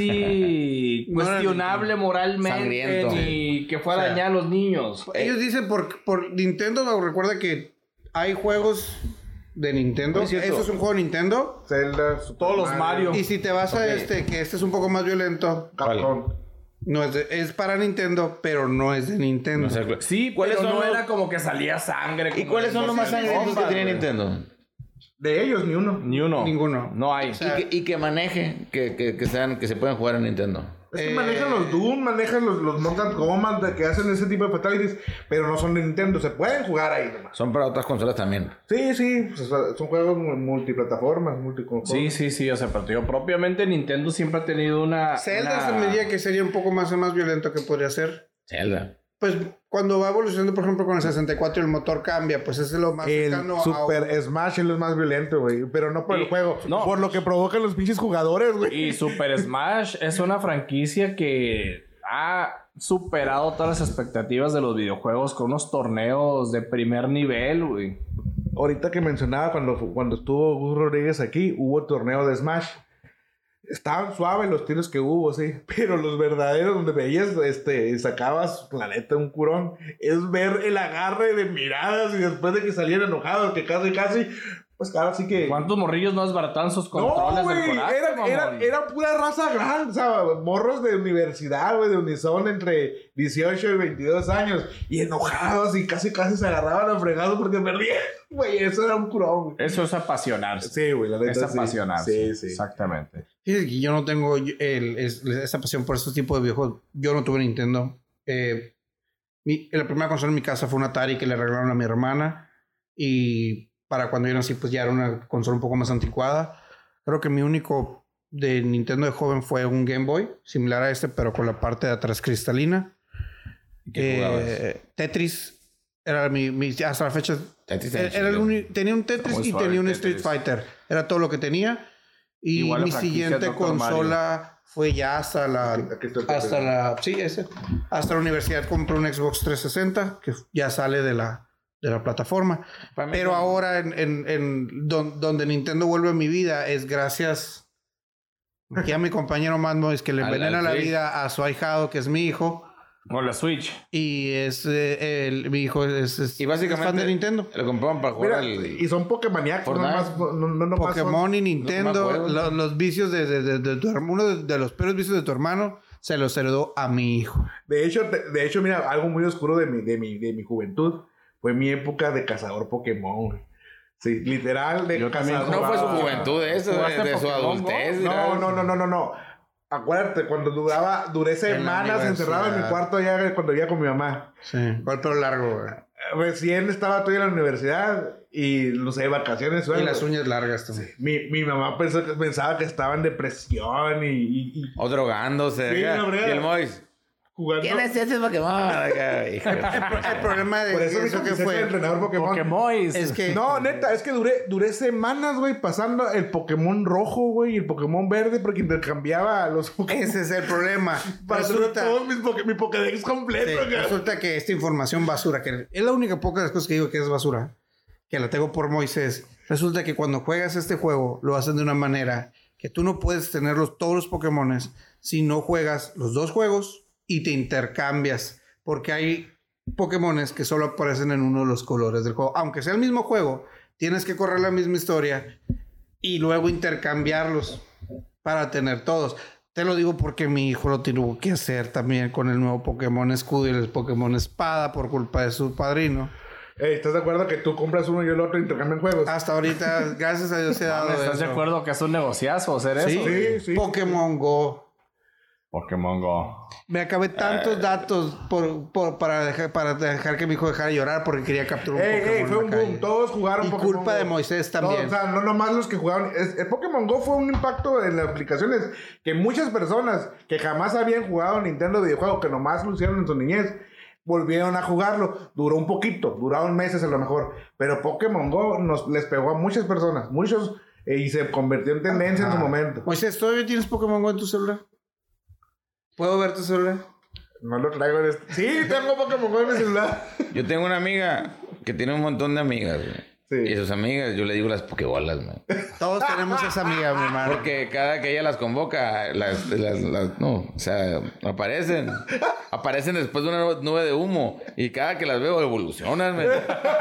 sí No era cuestionable moralmente sangriento. ni que fuera O a sea, dañar a los niños. Ellos dicen por Nintendo, recuerda que hay juegos de Nintendo. Es cierto. Eso es un juego de Nintendo. Zelda, Super Todos los Mario. Y si te vas a Ok. que este es un poco más violento, Capcom. no es para Nintendo, pero no es de Nintendo. No sé, Sí, ¿cuáles pero son no los- era como que salía sangre. ¿Y como cuáles en son los más Resident sangrientos que Evil, tiene güey. Nintendo? De ellos, ni uno. Ni uno. Ninguno. No hay. O sea, Y que maneje, que se pueden jugar en Nintendo. Es que manejan los Doom, manejan los Mortal Kombat de que hacen ese tipo de fatalities, pero no son de Nintendo, se pueden jugar ahí nomás. Son para otras consolas también. Sí, pues, son juegos multiplataformas, multiconsolas. Sí, o sea, pero te digo, propiamente Nintendo siempre ha tenido una... Zelda una- se me diría que sería un poco más violento que podría ser. Zelda. Pues cuando va evolucionando, por ejemplo, con el 64 el motor cambia, pues ese es lo más El cercano Super Smash es lo más violento, güey. Pero no por Y- el juego, no. por lo que provocan los pinches jugadores, güey. Y Super Smash es una franquicia que ha superado todas las expectativas de los videojuegos con unos torneos de primer nivel, güey. Ahorita que mencionaba cuando estuvo Gus Rodríguez aquí, hubo torneo de Smash. Estaban suaves los tiros que hubo, sí. Pero los verdaderos, donde veías, sacabas, la neta, un curón. Es ver el agarre de miradas y después de que salían enojados, que casi Pues claro, sí que... ¿Cuántos morrillos no desbarataban sus controles del coraje, era pura raza grande, o sea, morros de universidad, güey, de Unison entre 18 y 22 años, y enojados y casi se agarraban a fregados porque perdían, güey, eso era un curón, güey. Eso es apasionarse. Sí, güey, la neta es apasionarse. Sí. Exactamente. Fíjate que yo no tengo esa pasión por este tipo de videojuegos. Yo no tuve Nintendo. La primera consola en mi casa fue un Atari que le regalaron a mi hermana, y para cuando yo nací, pues ya era una consola un poco más anticuada. Creo que mi único de Nintendo de joven fue un Game Boy, similar a este, pero con la parte de atrás cristalina. ¿Qué jugabas? Tetris era hasta la fecha. Tetris tenía un Tetris y tenía un Street Fighter. Era todo lo que tenía. Y igual mi siguiente consola fue ya hasta la universidad. Compré un Xbox 360 que ya sale de la plataforma. Pero ahora donde Nintendo vuelve a mi vida es gracias aquí a mi compañero Mando, es que le envenena la vida a su ahijado, que es mi hijo. Con la Switch. Y mi hijo es y básicamente fan de Nintendo. Lo compraban para jugar. Y son Pokémoníacos, no Pokémon y Nintendo. Los vicios de tu hermano, uno de los peores vicios de tu hermano, se los heredó a mi hijo. De hecho, mira, algo muy oscuro de mi juventud fue mi época de cazador Pokémon, güey. Sí, literal de cazador. No fue su juventud eso, de su adultez. No. Acuérdate, cuando duré semanas encerrado en mi cuarto ya cuando vivía con mi mamá. Sí, con el pelo largo, güey. Recién estaba todavía en la universidad y, no sé, vacaciones. Y las uñas largas también. Sí. Mi mamá pensaba que estaba en depresión o drogándose. Sí, y el Mois. Jugando. ¿Quién es ese Pokémon? El problema de por eso que fue el entrenador Pokémon. Es que no, neta, es que duré semanas, güey, pasando el Pokémon rojo, güey, y el Pokémon verde porque intercambiaba los Pokémon. Ese es el problema. Resulta todo mi Pokédex completo. Sí, resulta que esta información basura, que es la única poca de las cosas que digo que es basura, que la tengo por Moisés. Resulta que cuando juegas este juego lo hacen de una manera que tú no puedes tener todos los Pokémones si no juegas los dos juegos y te intercambias, porque hay Pokémones que solo aparecen en uno de los colores del juego. Aunque sea el mismo juego, tienes que correr la misma historia y luego intercambiarlos para tener todos. Te lo digo porque mi hijo lo tuvo que hacer también con el nuevo Pokémon Escudo y el Pokémon Espada por culpa de su padrino. ¿Estás de acuerdo que tú compras uno y el otro intercambian juegos? Hasta ahorita, gracias a Dios, se ha dado ¿Estás de acuerdo que es un negociazo hacer eso? Sí. Pokémon Go. Pokémon Go. Me acabé tantos datos para dejar que mi hijo dejara de llorar porque quería capturar un Pokémon. Fue un boom. Todos jugaron y Pokémon culpa Go. de Moisés también. O sea, no nomás los que jugaron. El Pokémon Go fue un impacto en las aplicaciones que muchas personas que jamás habían jugado Nintendo videojuego, que nomás lo hicieron en su niñez, volvieron a jugarlo. Duró un poquito, duraron meses a lo mejor. Pero Pokémon Go les pegó a muchas personas. Muchos. Y se convirtió en tendencia en su momento. Moisés, ¿todavía tienes Pokémon Go en tu celular? ¿Puedo ver tu celular? No lo traigo en este. Sí, tengo Pokémon Go en mi celular. Yo tengo una amiga que tiene un montón de amigas, güey. Sí. Y sus amigas, yo le digo las Pokébolas, güey. Todos tenemos esa amiga, mi hermano. Porque cada que ella las convoca, aparecen después de una nube de humo. Y cada que las veo, evolucionan, güey.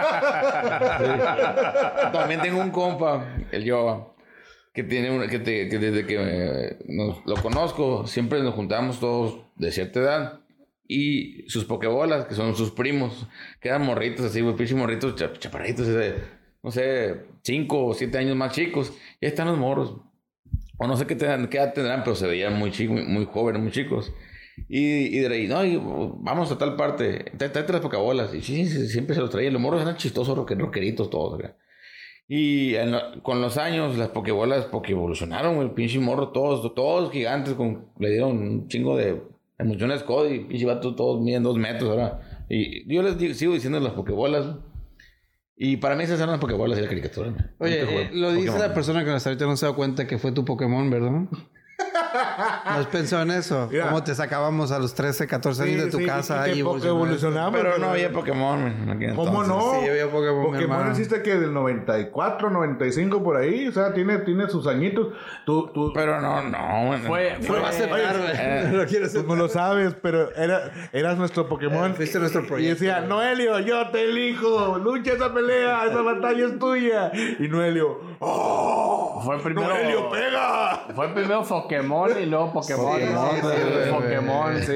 También tengo un compa, el Yoba, que tiene que desde que lo conozco, siempre nos juntamos todos de cierta edad. Y sus Pokébolas, que son sus primos, quedan morritos así, güey, pinches morritos chaparritos, no sé, 5 o 7 años más chicos. Y ahí están los morros. O no sé qué edad tendrán, pero se veían muy chicos, muy jóvenes, muy chicos. Y de ahí, no, vamos a tal parte, tráete las Pokébolas. Y sí, siempre se los traían. Los morros eran chistosos, rockeritos todos, güey. Y con los años, las Pokébolas evolucionaron, el pinche morro, todos gigantes, le dieron un chingo de emociones code y pinche vato, todos miden 2 metros ahora. Y yo sigo diciendo las Pokébolas. Y para mí esas eran las Pokébolas y la caricatura. Oye, lo dice la persona que hasta ahorita no se da cuenta que fue tu Pokémon, ¿verdad? ¿No has pensado en eso? Mira. ¿Cómo te sacábamos a los 13, 14 años de tu casa y y que evolucionamos. Pero no había Pokémon. en aquel ¿Cómo entonces. no? Sí, había Pokémon, mi Pokémon hermano. existe que del 94, 95 por ahí. O sea, tiene sus añitos. Tú Pero no. Fue Va a aceptar, güey. No quiero tú no lo sabes, pero eras nuestro Pokémon. Fuiste nuestro Y proyecto. decía, Noelio, yo te elijo. Lucha esa pelea, esa batalla es tuya. Y Noelio, ¡oh! Fue primero. ¡Noelio, pega! Fue primero Pokémon y luego Pokémon. Sí, ¿no? sí, Pokémon, sí.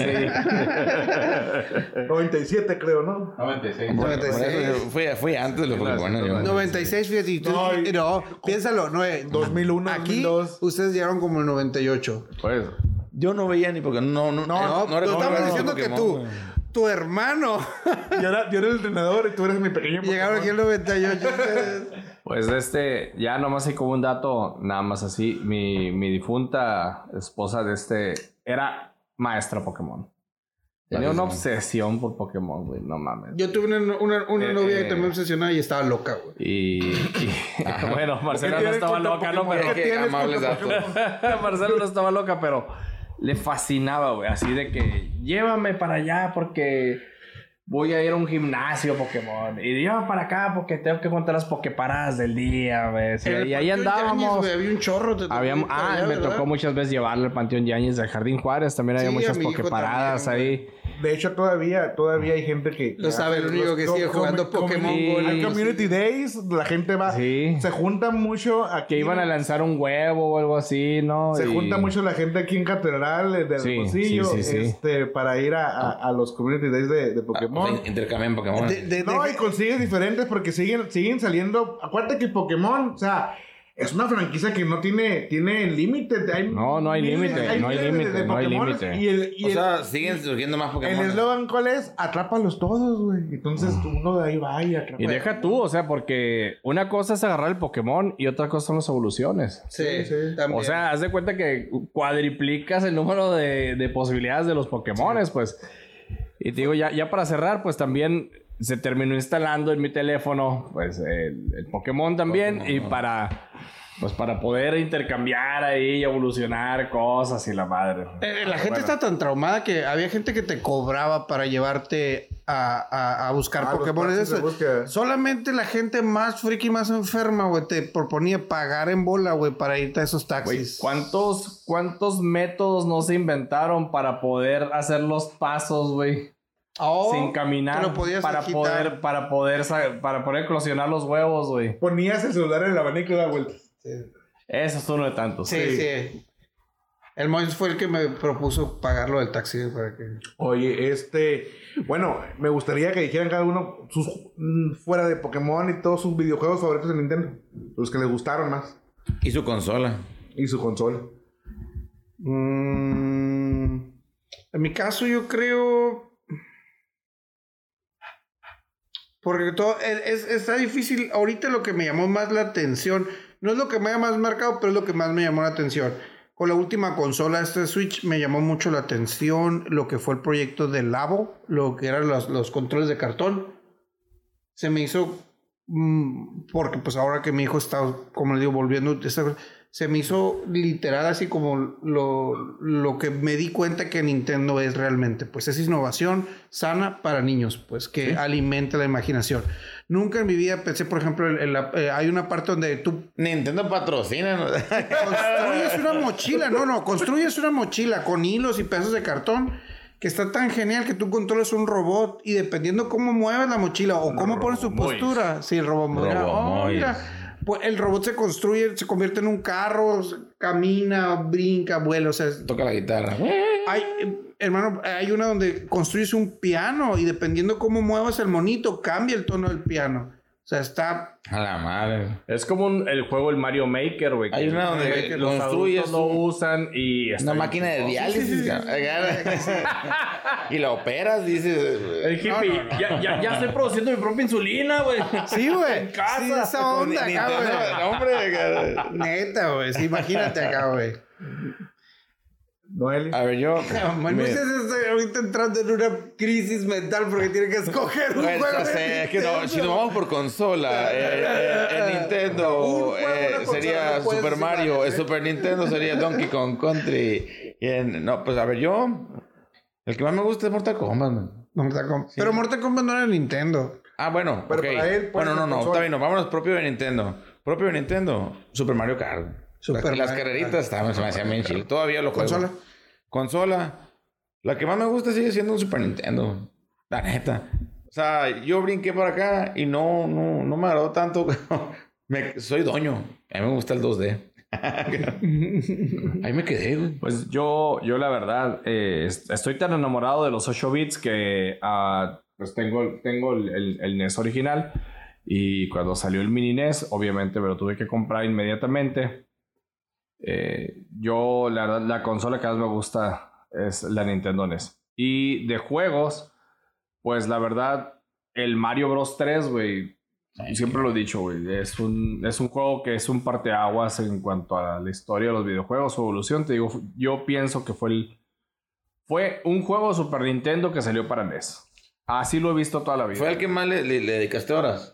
97 creo, ¿no? 96. Por eso fui antes de los Pokémon. yo. 96, fíjate. Y tú- No, y- no, piénsalo. 2001, Aquí 2002. ustedes llegaron como el 98. Pues. Yo no veía ni Pokémon. No No, recuerdo estamos ver diciendo que Pokémon, tú, tu hermano, Yo era el entrenador y tú eres mi pequeño llegaron aquí Pokémon. el 98. ustedes. Pues ya nomás hay como un dato, nada más así. Mi difunta esposa era maestra Pokémon. Tenía una obsesión por Pokémon, güey, no mames. Yo tuve una novia que también obsesionada y estaba loca, güey. Bueno, Marcela no tiene estaba contra loca, ¿no? Pokémon? Pero Qué tienes amables contra datos. Marcela no estaba loca, pero le fascinaba, güey. Así de que llévame para allá porque voy a ir a un gimnasio Pokémon. Y yo para acá porque tengo que contar las Poképaradas del día, güey. Sí, y ahí andábamos. Había un chorro. Me tocó muchas veces llevarle al Panteón Yáñez del Jardín Juárez. También había Sí, muchas a mi hijo Poképaradas también, ahí. De hecho, todavía hay gente que... Lo sabe, el único que sigue jugando Pokémon Go en Hay el- Community Days, la gente va... Sí. Se junta mucho aquí... Que iban a lanzar un huevo o algo así, ¿no? Se Y- junta mucho la gente aquí en Catedral del Sí, Hermosillo, sí. para ir a los Community Days de Pokémon. O sea, intercambian Pokémon. No, y consigues diferentes porque siguen saliendo. Acuérdate que Pokémon, o sea, es una franquicia que no tiene límite. No hay límite, no hay miles límite, de no hay Pokémones. límite. Y O sea, siguen surgiendo más Pokémon. el eslogan, ¿cuál es? Atrápalos todos, güey. Entonces uno de ahí va y atrapa. Y deja tú, o sea, porque una cosa es agarrar el Pokémon y otra cosa son las evoluciones. Sí, Sí. también. O sea, haz de cuenta que cuadriplicas el número de posibilidades de los Pokémones, pues. Y te digo, ya para cerrar, pues también se terminó instalando en mi teléfono, pues, el Pokémon también. Y para poder intercambiar ahí y evolucionar cosas y la madre. La gente está tan traumada que había gente que te cobraba para llevarte a buscar Ah, los Pokémon. pases de Eso. búsqueda. Solamente la gente más friki, más enferma, güey, te proponía pagar en bola, güey, para irte a esos Güey, taxis. ¿cuántos métodos no se inventaron para poder hacer los pasos, güey? Oh, Sin te caminar lo podías quitar. para poder eclosionar los huevos, güey. Ponías el celular en el abanico y da vuelta. Eso es uno de tantos. Sí. El Moins fue el que me propuso pagarlo del taxi para que... Oye, bueno, me gustaría que dijeran cada uno sus fuera de Pokémon y todos sus videojuegos favoritos de Nintendo. Los que les gustaron más. Y su consola. Y su consola. En mi caso, yo creo. Porque todo está difícil. Ahorita lo que me llamó más la atención, no es lo que me haya más marcado, pero es lo que más me llamó la atención. Con la última consola, Switch, me llamó mucho la atención lo que fue el proyecto de Labo, lo que eran los controles de cartón. Se me hizo, porque pues ahora que mi hijo está, como le digo, volviendo, se me hizo literal así como lo que me di cuenta que Nintendo es realmente. Pues es innovación sana para niños, pues que alimenta la imaginación. Nunca en mi vida pensé, por ejemplo, hay una parte donde tú Nintendo patrocina. ¿no? construyes una mochila. Construyes una mochila con hilos y pedazos de cartón que está tan genial que tú controlas un robot y dependiendo cómo mueves la mochila o cómo pones tu postura. Sí, Robomois. Mira. Pues el robot se construye, se convierte en un carro, camina, brinca, vuela, o sea... Toca la guitarra. Hay una donde construyes un piano y dependiendo cómo muevas el monito, cambia el tono del piano. O sea, está... A la madre. Es como el juego el Mario Maker, güey. Hay una donde que los construyes adultos lo usan y... una máquina de diálisis. Y la operas, dices. El hippie, ya estoy produciendo mi propia insulina, güey. Sí, güey. En casa. Sí, esa onda acá, güey. Hombre, Neta, güey. Sí, imagínate acá, güey. Noel. A ver, yo... Moisés está ahorita entrando en una crisis mental porque tiene que escoger un juego. Es que no, si nos vamos por consola, en Nintendo sería Super Mario, en Super Nintendo sería Donkey Kong Country. No, pues a ver, yo... El que más me gusta es Mortal Kombat, man. Mortal Kombat. Sí. Pero Mortal Kombat no era Nintendo. Ah, bueno, pero ok. para él, pues, Bueno, no, consola. está bien, vámonos propio de Nintendo. Propio de Nintendo, Super Mario Kart. Las carreritas estaban, se me hacían bien chill. Todavía lo juego. Consola. La que más me gusta sigue siendo un Super Nintendo. La neta. O sea, yo brinqué para acá y no me agradó tanto. Soy doño. A mí me gusta el 2D. Ahí me quedé, güey. Pues yo la verdad, estoy tan enamorado de los 8 bits que pues tengo el NES original. Y cuando salió el mini NES, obviamente me lo tuve que comprar inmediatamente. Yo, la verdad, la consola que más me gusta es la Nintendo NES. Y de juegos, pues la verdad, el Mario Bros. 3, güey, siempre lo he dicho, güey, es un juego que es un parteaguas en cuanto a la historia de los videojuegos, su evolución. Te digo, yo pienso que fue un juego Super Nintendo que salió para NES. Así lo he visto toda la vida. ¿Fue el que más le dedicaste horas?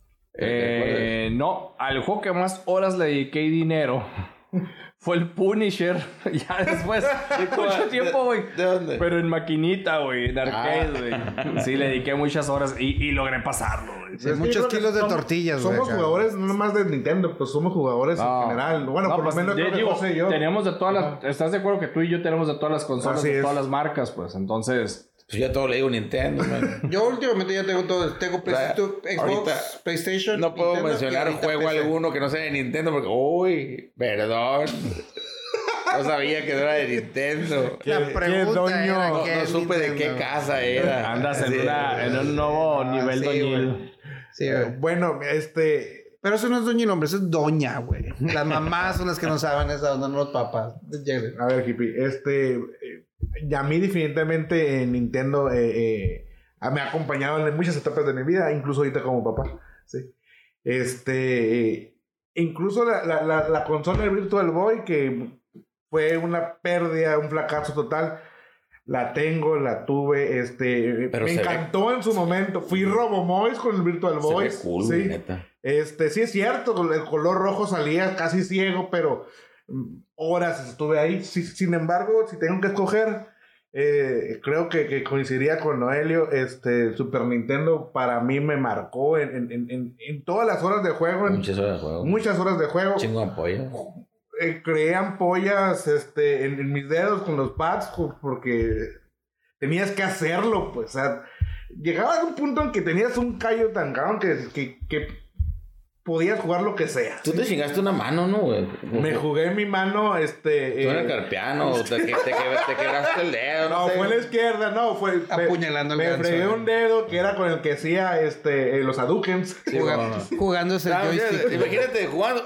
No, al juego que más horas le dediqué y dinero fue el Punisher. Ya después de mucho tiempo, güey. ¿De dónde? Pero en maquinita, güey, en arcade, güey. Sí, le dediqué muchas horas y logré pasarlo, güey. Sí, muchos kilos de tortillas, güey. Somos jugadores no nomás de Nintendo, pues somos jugadores en general. Bueno, por pues, lo menos creo que José y yo. Tenemos de todas las... ¿Estás de acuerdo que tú y yo tenemos de todas las consolas, Así de es. todas las marcas, pues? Entonces... Pues ya todo le digo Nintendo, man. Yo últimamente ya tengo todo. Tengo Xbox, Ahorita PlayStation. No puedo Nintendo, mencionar y un ahorita juego PC. alguno que no sea de Nintendo porque... Uy, perdón. No sabía que no era de Nintendo. La pregunta era No, qué no supe de qué Nintendo. casa era. Andas Sí. en un nuevo nivel sí, doñil. Sí, güey. Bueno, Pero eso no es doña y hombre, eso es doña, güey. Las mamás son las que no saben esa onda, no los papás. A ver, hippie, y a mí definitivamente Nintendo me ha acompañado en muchas etapas de mi vida, incluso ahorita como papá, ¿sí? Incluso la consola del Virtual Boy, que fue una pérdida, un fracaso total, la tengo, la tuve, Pero me se encantó en su momento. Fui Robomois con el Virtual Boy. Se ve cool, sí. neta. Sí es cierto, el color rojo salía casi ciego, pero horas estuve ahí. Sin embargo, si tengo que escoger, creo que coincidiría con Noelio. Super Nintendo para mí me marcó en todas las horas de juego. Muchas horas de juego. Muchas horas de juego. Chingo de apoyo. Creé ampollas en mis dedos con los pads porque tenías que hacerlo, pues. O sea, llegaba a un punto en que tenías un callo tan cabrón que podías jugar lo que sea. Tú te chingaste una mano, ¿no, güey? Me jugué mi mano, Tú eres carpiano, te quebraste el dedo, no, sé. fue en la izquierda, no, fue... Apuñalando el Me ganso, fregué un dedo que era con el que hacía, los Hadouken. Jugándose el Ah, joystick. imagínate jugando.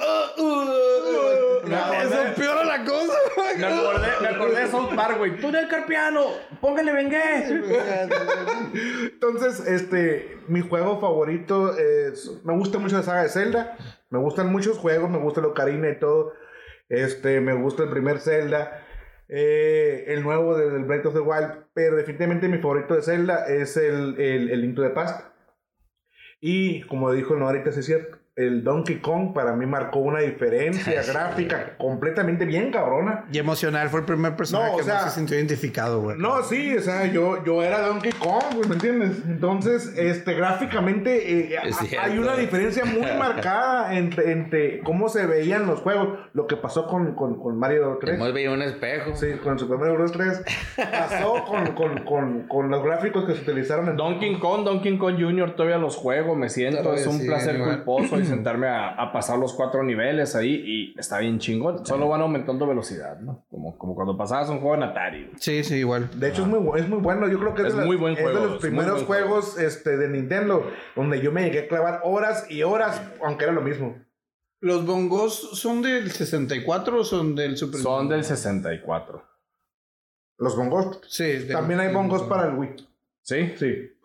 Eso empeora la cosa. Me acordé de South Park, güey. Tú del carpiano, póngale vengué. Entonces, mi juego favorito me gusta mucho la saga de Zelda. Me gustan muchos juegos, me gusta el Ocarina y todo. Me gusta el primer Zelda. El nuevo del Breath of the Wild. Pero definitivamente mi favorito de Zelda es el Link to the Past. Y como dijo Norita, sí es cierto, el Donkey Kong para mí marcó una diferencia gráfica completamente bien cabrona. Y emocional, fue el primer personaje No, o que sea, más se sintió identificado, güey. No, sí, o sea, yo era Donkey Kong, güey, ¿me entiendes? Entonces, gráficamente Es cierto. hay una diferencia muy marcada entre cómo se veían los juegos. Lo que pasó con Mario 3. Hemos veía un espejo. Sí, con Super Mario Bros. 3. Pasó con los gráficos que se utilizaron en Donkey Kong Jr. todavía los juego, me siento, Todavía es un sí, placer igual. culposo y sentarme a pasar los 4 niveles ahí y está bien chingón. Solo van aumentando velocidad, ¿no? Como cuando pasabas un juego en Atari. Sí, igual. De hecho, es muy bueno. Yo creo que Es muy buen juego, es de los es muy primeros buen juego. juegos de Nintendo donde yo me llegué a clavar horas y horas, aunque era lo mismo. ¿Los bongos son del 64 o son del Super Son del 64. Los bongos. Sí. También hay bongos para el Wii. ¿Sí? Sí.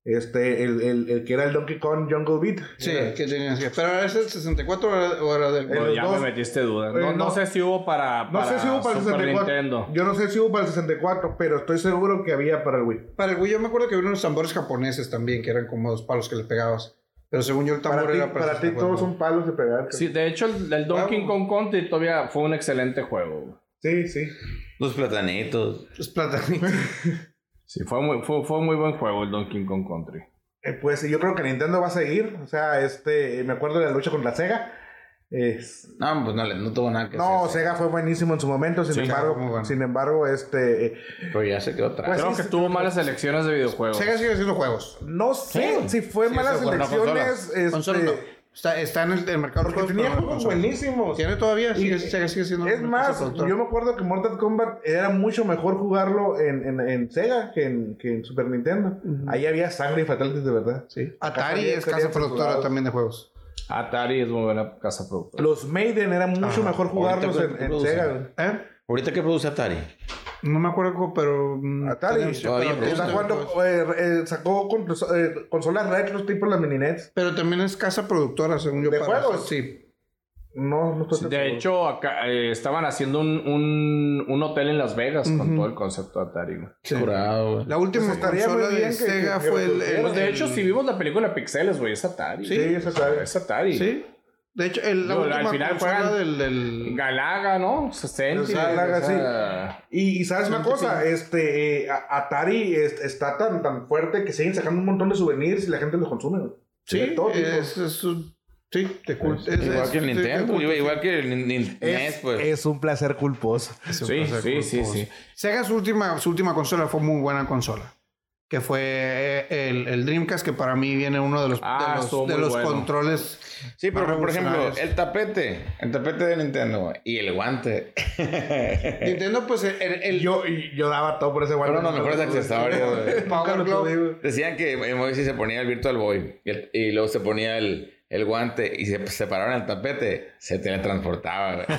El que era el Donkey Kong Jungle Beat. Sí, que tenías que... ¿Pero era ese el 64 o era del... Bueno, ya me metiste dudas. No sé si hubo para No sé si hubo para el Super 64. Nintendo. Yo no sé si hubo para el 64, pero estoy seguro que había para el Wii. Para el Wii yo me acuerdo que había unos tambores japoneses también, que eran como 2 palos que le pegabas. Pero según yo el tambor era para ti todos son palos de pegar. Sí, de hecho el Donkey Kong Country todavía fue un excelente juego. Sí, sí. Los platanitos. Los platanitos. Sí, fue muy buen juego el Donkey Kong Country. Pues yo creo que Nintendo va a seguir. O sea, me acuerdo de la lucha contra Sega. No, pues no tuvo nada que hacer. No, Sega fue buenísimo en su momento. Sin embargo, Pero ya se quedó atrás. Pues creo que tuvo malas elecciones de videojuegos. Sega sigue haciendo juegos. No sé si fue malas elecciones. Consola no. Está en el mercado. Porque tenía juegos buenísimos. Tiene todavía. Sega sigue siendo. Es más, yo me acuerdo que Mortal Kombat era mucho mejor jugarlo en Sega que en Super Nintendo. Ahí había sangre y fatalities de verdad. Sí. Atari es casa productora también de juegos. Atari es muy buena casa productora. Los Maiden era mucho mejor jugarlos en Sega. ¿Ahorita qué produce Atari? No me acuerdo, pero... Atari sacó consolas retro tipo las Mininets. Pero también es casa productora, según yo. ¿De juegos? Sí. No estoy de hecho, acá estaban haciendo un hotel en Las Vegas con todo el concepto de Atari. Sí. Curado, la última consola de Sega fue pues de hecho, si vimos la película Pixeles, güey, es Atari. Sí, es Atari. Es Atari. Sí. De hecho, la última al final consola juegan del... Galaga, ¿no? 60. Galaga, sí. Y sabes una cosa, Atari está tan fuerte que siguen sacando un montón de souvenirs y la gente los consume. Güey. Sí, sí, igual que el Nintendo, igual que el NES, pues. Es un placer culposo. Sí. Sega, su última consola fue muy buena consola. Que fue el Dreamcast, que para mí viene uno de los bueno. Controles. Sí, pero por ejemplo, el tapete de Nintendo y el guante. Nintendo, pues yo daba todo por ese guante. Fueron los mejores accesorios. Power Glove. Decían que Moisés se ponía el Virtual Boy y luego se ponía el guante y se separaron el tapete, se teletransportaba, güey.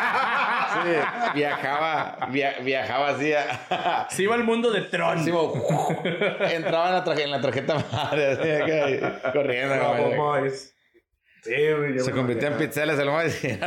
Sí, viajaba así. Se iba al mundo de Tron. Sí, entraba en la tarjeta madre, así, corriendo. Boys. Sí, güey, se convirtió en pizzeles el más y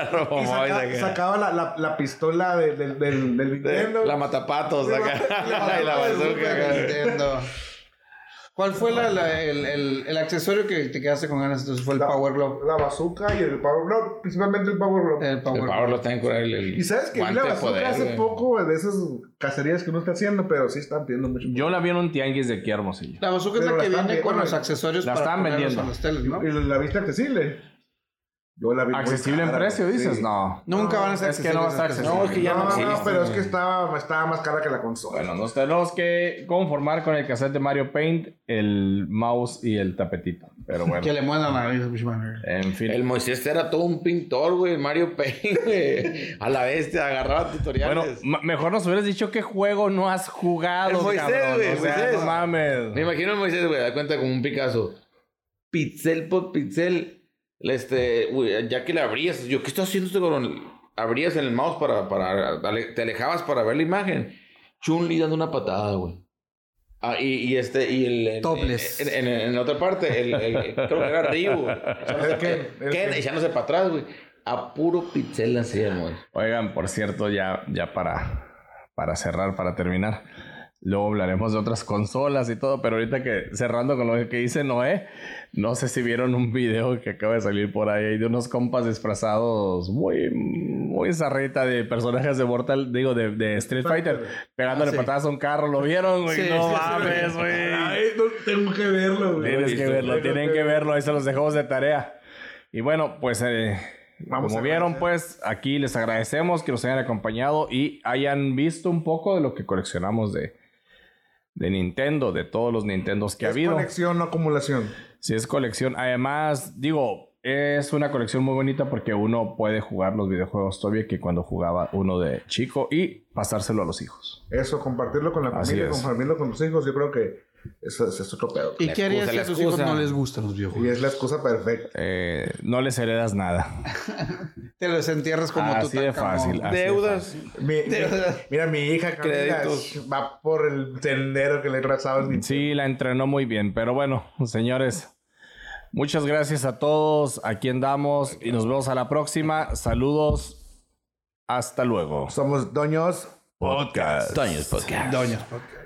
sacaba la pistola del Nintendo. La matapatos acá. Y la bazooka. Nintendo. ¿Cuál fue el accesorio que te quedaste con ganas? Entonces fue el Power Glove. La bazooka y el Power Glove. Principalmente el Power Glove. El Power Glove también con el y sabes que vi la bazooka hace poco de esas cacerías que uno está haciendo, pero sí están pidiendo mucho. Yo la vi en un tianguis de aquí Hermosillo. La bazooka es la que viene con los accesorios la están vendiendo a los teles, ¿no? ¿Y la viste accesible? Yo la vi ¿accesible en precio, dices? Sí. No. Nunca van a ser accesibles. Es que no va a estar accesible. No, es que ya no existe. No, pero es que estaba más cara que la consola. Bueno, nos tenemos que conformar con el cassette de Mario Paint, el mouse y el tapetito. Pero bueno. Que le muevan a la en fin. El Moisés era todo un pintor, güey. Mario Paint, güey. A la bestia, agarraba tutoriales. Bueno, mejor nos hubieras dicho qué juego no has jugado, el Moisés, cabrón. Güey, o sea, Moisés. No mames. Me imagino el Moisés, güey. Da cuenta como un Picasso. Pixel por pixel. Ya que le abrías, ¿qué estás haciendo este cabrón? Abrías el mouse te alejabas para ver la imagen. Chun-Li dando una patada, güey. Y el Topless. En la otra parte, creo que era Ryu. Ken echándose para atrás, güey. A puro pixel así, güey. Oigan, por cierto, ya para cerrar, para terminar. Luego hablaremos de otras consolas y todo, pero ahorita cerrando con lo que dice Noé, no sé si vieron un video que acaba de salir por ahí de unos compas disfrazados muy zarrita de personajes de de Street Fighter, pegándole patadas a un carro. ¿Lo vieron, güey? Sí, no mames, güey. Ay, no, tengo que verlo, güey. Tienen que verlo, ahí se los dejamos de tarea. Y bueno, pues como vieron, pues aquí les agradecemos que nos hayan acompañado y hayan visto un poco de lo que coleccionamos de Nintendo, de todos los Nintendos que ha habido. Es colección, no acumulación. Sí, es colección. Además, es una colección muy bonita porque uno puede jugar los videojuegos todavía que cuando jugaba uno de chico y pasárselo a los hijos. Eso, compartirlo con la familia, compartirlo con los hijos. Yo creo que Eso es otro pedo. ¿Y qué harías si a tus hijos no les gustan los Y videojuegos? es la excusa perfecta. No les heredas nada. Te los entierras como tú. Así de fácil. así de Deudas. Mira, mi hija Camila Créditos. va por el sendero que le he trazado. Sí, la entrenó muy bien. Pero bueno, señores, muchas gracias a todos. Aquí andamos y nos vemos a la próxima. Saludos. Hasta luego. Somos Doños Podcast. Doños Podcast. Doñas.